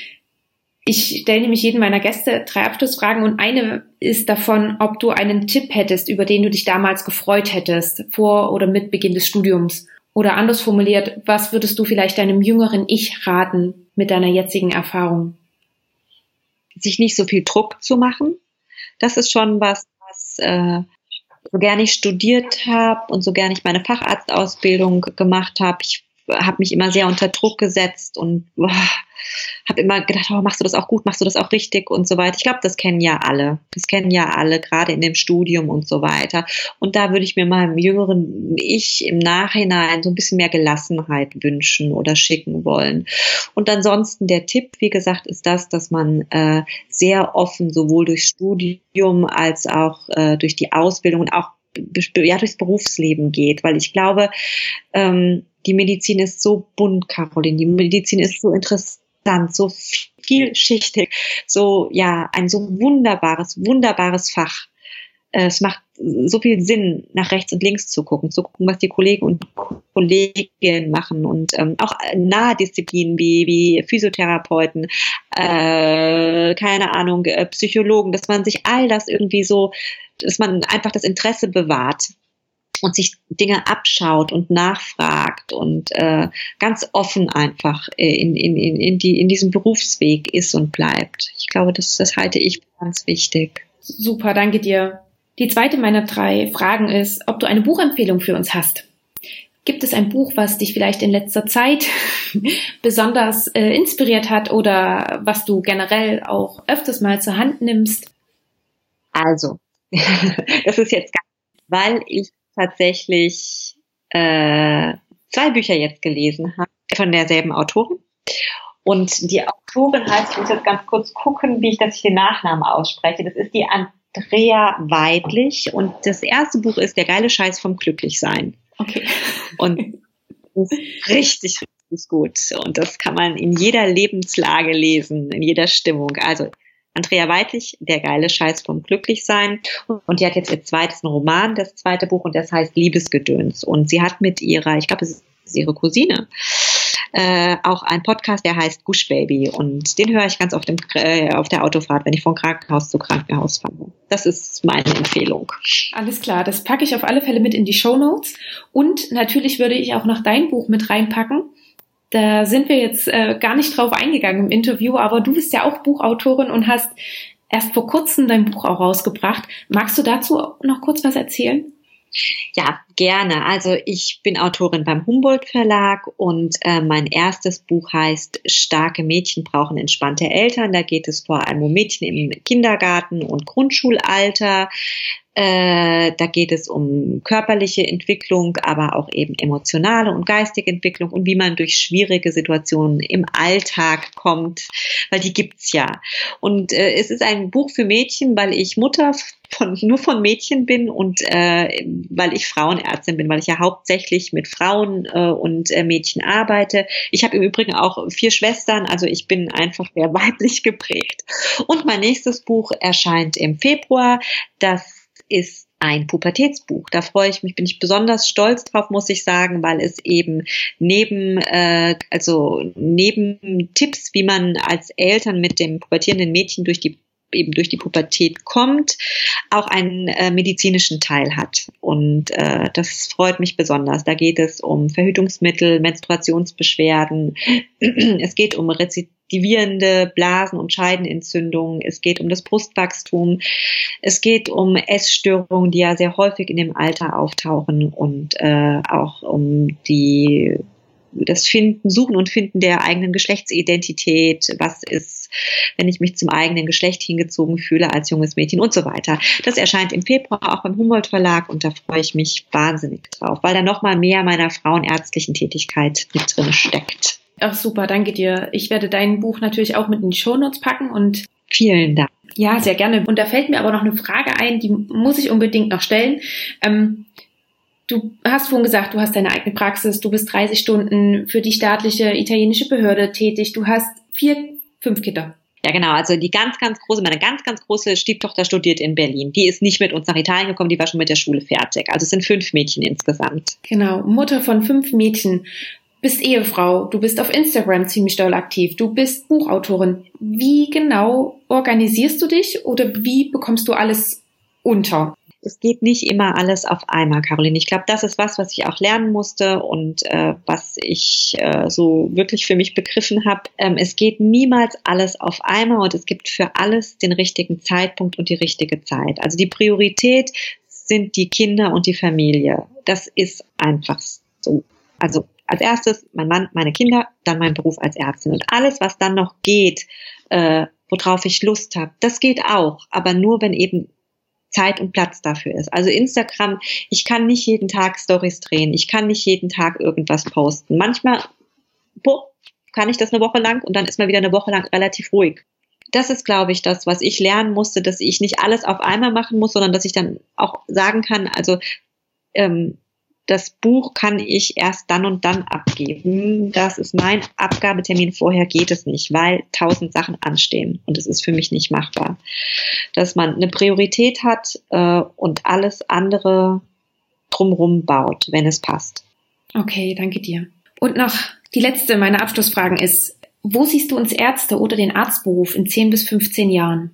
Ich stelle nämlich jedem meiner Gäste drei Abschlussfragen und eine ist davon, ob du einen Tipp hättest, über den du dich damals gefreut hättest, vor oder mit Beginn des Studiums. Oder anders formuliert, was würdest du vielleicht deinem jüngeren Ich raten mit deiner jetzigen Erfahrung? Sich nicht so viel Druck zu machen. Das ist schon was, was äh, so gerne ich studiert habe und so gerne ich meine Facharztausbildung gemacht habe. Ich habe mich immer sehr unter Druck gesetzt und oh, habe immer gedacht, oh, machst du das auch gut, machst du das auch richtig und so weiter. Ich glaube, das kennen ja alle. Das kennen ja alle, gerade in dem Studium und so weiter. Und da würde ich mir meinem jüngeren Ich im Nachhinein so ein bisschen mehr Gelassenheit wünschen oder schicken wollen. Und ansonsten der Tipp, wie gesagt, ist das, dass man äh, sehr offen sowohl durchs Studium als auch äh, durch die Ausbildung und auch ja, durchs Berufsleben geht. Weil ich glaube, ähm, die Medizin ist so bunt, Caroline. Die Medizin ist so interessant, so vielschichtig, so, ja, ein so wunderbares, wunderbares Fach. Es macht so viel Sinn, nach rechts und links zu gucken, zu gucken, was die Kollegen und Kolleginnen machen und ähm, auch nahe Disziplinen wie, wie Physiotherapeuten, äh, keine Ahnung, äh, Psychologen, dass man sich all das irgendwie so, dass man einfach das Interesse bewahrt und sich Dinge abschaut und nachfragt und äh, ganz offen einfach in, in, in, in, die, in diesem Berufsweg ist und bleibt. Ich glaube, das, das halte ich ganz wichtig. Super, danke dir. Die zweite meiner drei Fragen ist, ob du eine Buchempfehlung für uns hast. Gibt es ein Buch, was dich vielleicht in letzter Zeit besonders äh, inspiriert hat oder was du generell auch öfters mal zur Hand nimmst? Also, das ist jetzt ganz, weil ich tatsächlich äh, zwei Bücher jetzt gelesen habe von derselben Autorin. Und die Autorin heißt, ich muss jetzt ganz kurz gucken, wie ich das den Nachnamen ausspreche. Das ist die Andrea Weidlich. Und das erste Buch ist Der geile Scheiß vom Glücklichsein. Okay. Und das ist richtig, richtig gut. Und das kann man in jeder Lebenslage lesen, in jeder Stimmung. Also Andrea Weidlich, Der geile Scheiß vom Glücklichsein. Und die hat jetzt ihr zweites Roman, das zweite Buch, und das heißt Liebesgedöns. Und sie hat mit ihrer, ich glaube, es ist ihre Cousine, äh, auch einen Podcast, der heißt Gush Baby. Und den höre ich ganz oft im, äh, auf der Autofahrt, wenn ich von Krankenhaus zu Krankenhaus fahre. Das ist meine Empfehlung. Alles klar, das packe ich auf alle Fälle mit in die Shownotes. Und natürlich würde ich auch noch dein Buch mit reinpacken. Da sind wir jetzt äh, gar nicht drauf eingegangen im Interview, aber du bist ja auch Buchautorin und hast erst vor kurzem dein Buch auch rausgebracht. Magst du dazu noch kurz was erzählen? Ja, gerne. Also ich bin Autorin beim Humboldt Verlag und äh, mein erstes Buch heißt Starke Mädchen brauchen entspannte Eltern. Da geht es vor allem um Mädchen im Kindergarten und Grundschulalter. Äh, da geht es um körperliche Entwicklung, aber auch eben emotionale und geistige Entwicklung und wie man durch schwierige Situationen im Alltag kommt, weil die gibt's ja. Und äh, es ist ein Buch für Mädchen, weil ich Mutter von, nur von Mädchen bin und äh, weil ich Frauenärztin bin, weil ich ja hauptsächlich mit Frauen äh, und äh, Mädchen arbeite. Ich habe im Übrigen auch vier Schwestern, also ich bin einfach sehr weiblich geprägt. Und mein nächstes Buch erscheint im Februar. Das ist ein Pubertätsbuch. Da freue ich mich, bin ich besonders stolz drauf, muss ich sagen, weil es eben neben, äh, also neben Tipps, wie man als Eltern mit dem pubertierenden Mädchen durch die eben durch die Pubertät kommt, auch einen äh, medizinischen Teil hat. Und äh, das freut mich besonders. Da geht es um Verhütungsmittel, Menstruationsbeschwerden, es geht um rezidivierende Blasen- und Scheidenentzündungen, es geht um das Brustwachstum, es geht um Essstörungen, die ja sehr häufig in dem Alter auftauchen und äh, auch um die das Finden, Suchen und Finden der eigenen Geschlechtsidentität, was ist, wenn ich mich zum eigenen Geschlecht hingezogen fühle als junges Mädchen und so weiter. Das erscheint im Februar auch beim Humboldt Verlag und da freue ich mich wahnsinnig drauf, weil da nochmal mehr meiner frauenärztlichen Tätigkeit mit drin steckt. Ach super, danke dir. Ich werde dein Buch natürlich auch mit in die Shownotes packen und vielen Dank. Ja, sehr gerne. Und da fällt mir aber noch eine Frage ein, die muss ich unbedingt noch stellen. Ähm, Du hast vorhin gesagt, du hast deine eigene Praxis, du bist dreißig Stunden für die staatliche italienische Behörde tätig, du hast vier, fünf Kinder. Ja, genau. Also die ganz, ganz große, meine ganz, ganz große Stieftochter studiert in Berlin. Die ist nicht mit uns nach Italien gekommen, die war schon mit der Schule fertig. Also es sind fünf Mädchen insgesamt. Genau, Mutter von fünf Mädchen, bist Ehefrau, du bist auf Instagram ziemlich doll aktiv, du bist Buchautorin. Wie genau organisierst du dich oder wie bekommst du alles unter? Es geht nicht immer alles auf einmal, Caroline. Ich glaube, das ist was, was ich auch lernen musste und äh, was ich äh, so wirklich für mich begriffen habe. Ähm, es geht niemals alles auf einmal und es gibt für alles den richtigen Zeitpunkt und die richtige Zeit. Also die Priorität sind die Kinder und die Familie. Das ist einfach so. Also als erstes mein Mann, meine Kinder, dann mein Beruf als Ärztin. Und alles, was dann noch geht, äh, worauf ich Lust habe, das geht auch. Aber nur, wenn eben Zeit und Platz dafür ist. Also Instagram, ich kann nicht jeden Tag Stories drehen, ich kann nicht jeden Tag irgendwas posten. Manchmal boah, kann ich das eine Woche lang und dann ist mal wieder eine Woche lang relativ ruhig. Das ist, glaube ich, das, was ich lernen musste, dass ich nicht alles auf einmal machen muss, sondern dass ich dann auch sagen kann, also ähm, das Buch kann ich erst dann und dann abgeben. Das ist mein Abgabetermin. Vorher geht es nicht, weil tausend Sachen anstehen und es ist für mich nicht machbar. Dass man eine Priorität hat äh, und alles andere drumherum baut, wenn es passt. Okay, danke dir. Und noch die letzte meiner Abschlussfragen ist, wo siehst du uns Ärzte oder den Arztberuf in zehn bis fünfzehn Jahren?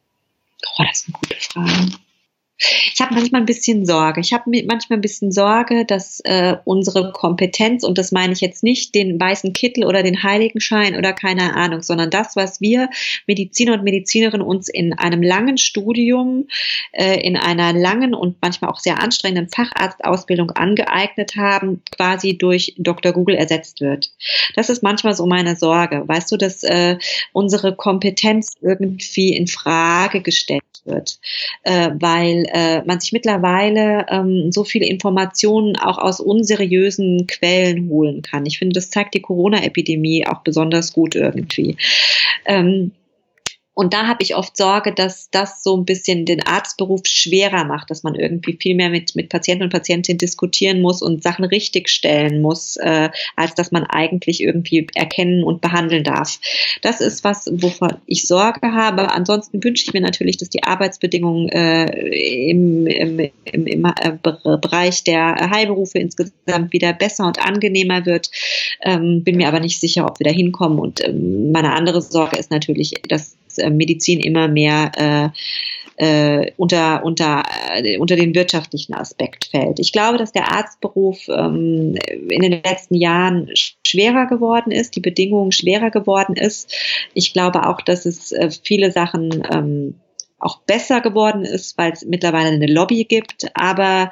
Oh, das ist eine gute Frage. Ich habe manchmal ein bisschen Sorge. Ich habe manchmal ein bisschen Sorge, dass äh, unsere Kompetenz, und das meine ich jetzt nicht den weißen Kittel oder den Heiligenschein oder keine Ahnung, sondern das, was wir Mediziner und Medizinerinnen uns in einem langen Studium, äh, in einer langen und manchmal auch sehr anstrengenden Facharztausbildung angeeignet haben, quasi durch Doktor Google ersetzt wird. Das ist manchmal so meine Sorge. Weißt du, dass äh, unsere Kompetenz irgendwie in Frage gestellt wird, äh, weil äh, man sich mittlerweile ähm, so viele Informationen auch aus unseriösen Quellen holen kann. Ich finde, das zeigt die Corona-Epidemie auch besonders gut irgendwie. Ähm, Und da habe ich oft Sorge, dass das so ein bisschen den Arztberuf schwerer macht, dass man irgendwie viel mehr mit mit Patienten und Patientinnen diskutieren muss und Sachen richtigstellen muss, äh, als dass man eigentlich irgendwie erkennen und behandeln darf. Das ist was, wovon ich Sorge habe. Ansonsten wünsche ich mir natürlich, dass die Arbeitsbedingungen äh, im, im, im, im äh, Bereich der Heilberufe insgesamt wieder besser und angenehmer wird. Ähm, bin mir aber nicht sicher, ob wir da hinkommen. Und ähm, meine andere Sorge ist natürlich, dass Medizin immer mehr äh, äh, unter unter äh, unter den wirtschaftlichen Aspekt fällt. Ich glaube, dass der Arztberuf ähm, in den letzten Jahren schwerer geworden ist, die Bedingungen schwerer geworden ist. Ich glaube auch, dass es äh, viele Sachen ähm, auch besser geworden ist, weil es mittlerweile eine Lobby gibt. Aber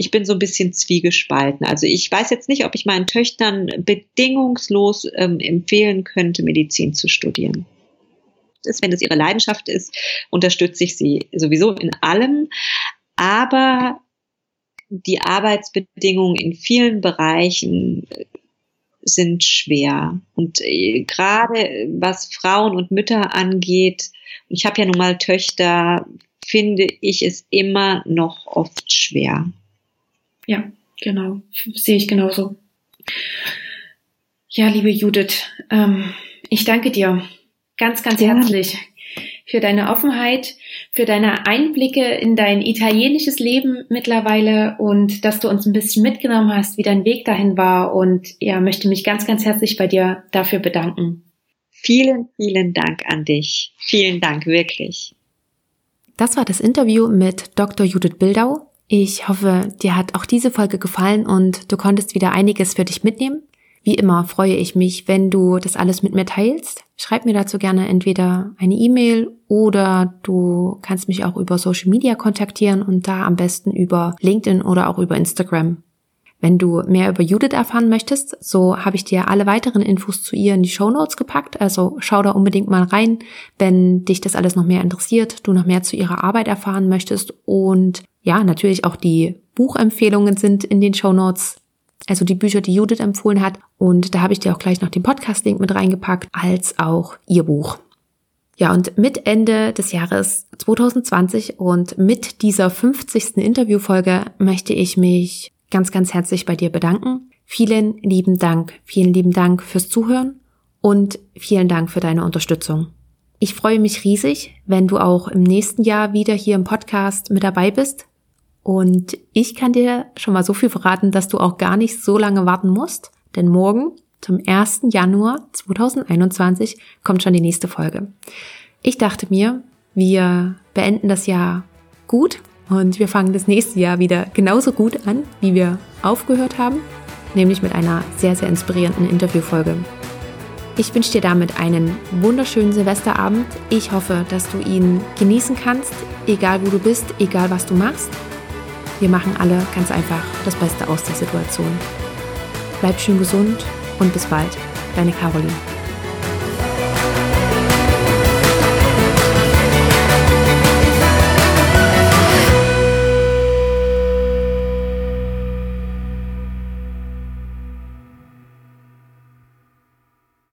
ich bin so ein bisschen zwiegespalten. Also ich weiß jetzt nicht, ob ich meinen Töchtern bedingungslos ähm, empfehlen könnte, Medizin zu studieren. Wenn es ihre Leidenschaft ist, unterstütze ich sie sowieso in allem. Aber die Arbeitsbedingungen in vielen Bereichen sind schwer. Und äh, gerade was Frauen und Mütter angeht, ich habe ja nun mal Töchter, finde ich es immer noch oft schwer. Ja, genau. Sehe ich genauso. Ja, liebe Judith, ähm, ich danke dir ganz, ganz ja. herzlich für deine Offenheit, für deine Einblicke in dein italienisches Leben mittlerweile und dass du uns ein bisschen mitgenommen hast, wie dein Weg dahin war, und ja, möchte mich ganz, ganz herzlich bei dir dafür bedanken. Vielen, vielen Dank an dich. Vielen Dank, wirklich. Das war das Interview mit Doktor Judith Bildau. Ich hoffe, dir hat auch diese Folge gefallen und du konntest wieder einiges für dich mitnehmen. Wie immer freue ich mich, wenn du das alles mit mir teilst. Schreib mir dazu gerne entweder eine E-Mail oder du kannst mich auch über Social Media kontaktieren und da am besten über LinkedIn oder auch über Instagram. Wenn du mehr über Judith erfahren möchtest, so habe ich dir alle weiteren Infos zu ihr in die Shownotes gepackt, also schau da unbedingt mal rein, wenn dich das alles noch mehr interessiert, du noch mehr zu ihrer Arbeit erfahren möchtest, und ja, natürlich auch die Buchempfehlungen sind in den Shownotes, also die Bücher, die Judith empfohlen hat, und da habe ich dir auch gleich noch den Podcast-Link mit reingepackt, als auch ihr Buch. Ja, und mit Ende des Jahres zwanzig zwanzig und mit dieser fünfzigsten Interviewfolge möchte ich mich ganz, ganz herzlich bei dir bedanken. Vielen lieben Dank, vielen lieben Dank fürs Zuhören und vielen Dank für deine Unterstützung. Ich freue mich riesig, wenn du auch im nächsten Jahr wieder hier im Podcast mit dabei bist. Und ich kann dir schon mal so viel verraten, dass du auch gar nicht so lange warten musst, denn morgen, zum ersten Januar zweitausendeinundzwanzig, kommt schon die nächste Folge. Ich dachte mir, wir beenden das Jahr gut und wir fangen das nächste Jahr wieder genauso gut an, wie wir aufgehört haben, nämlich mit einer sehr, sehr inspirierenden Interviewfolge. Ich wünsche dir damit einen wunderschönen Silvesterabend. Ich hoffe, dass du ihn genießen kannst, egal wo du bist, egal was du machst. Wir machen alle ganz einfach das Beste aus der Situation. Bleib schön gesund und bis bald. Deine Caroline.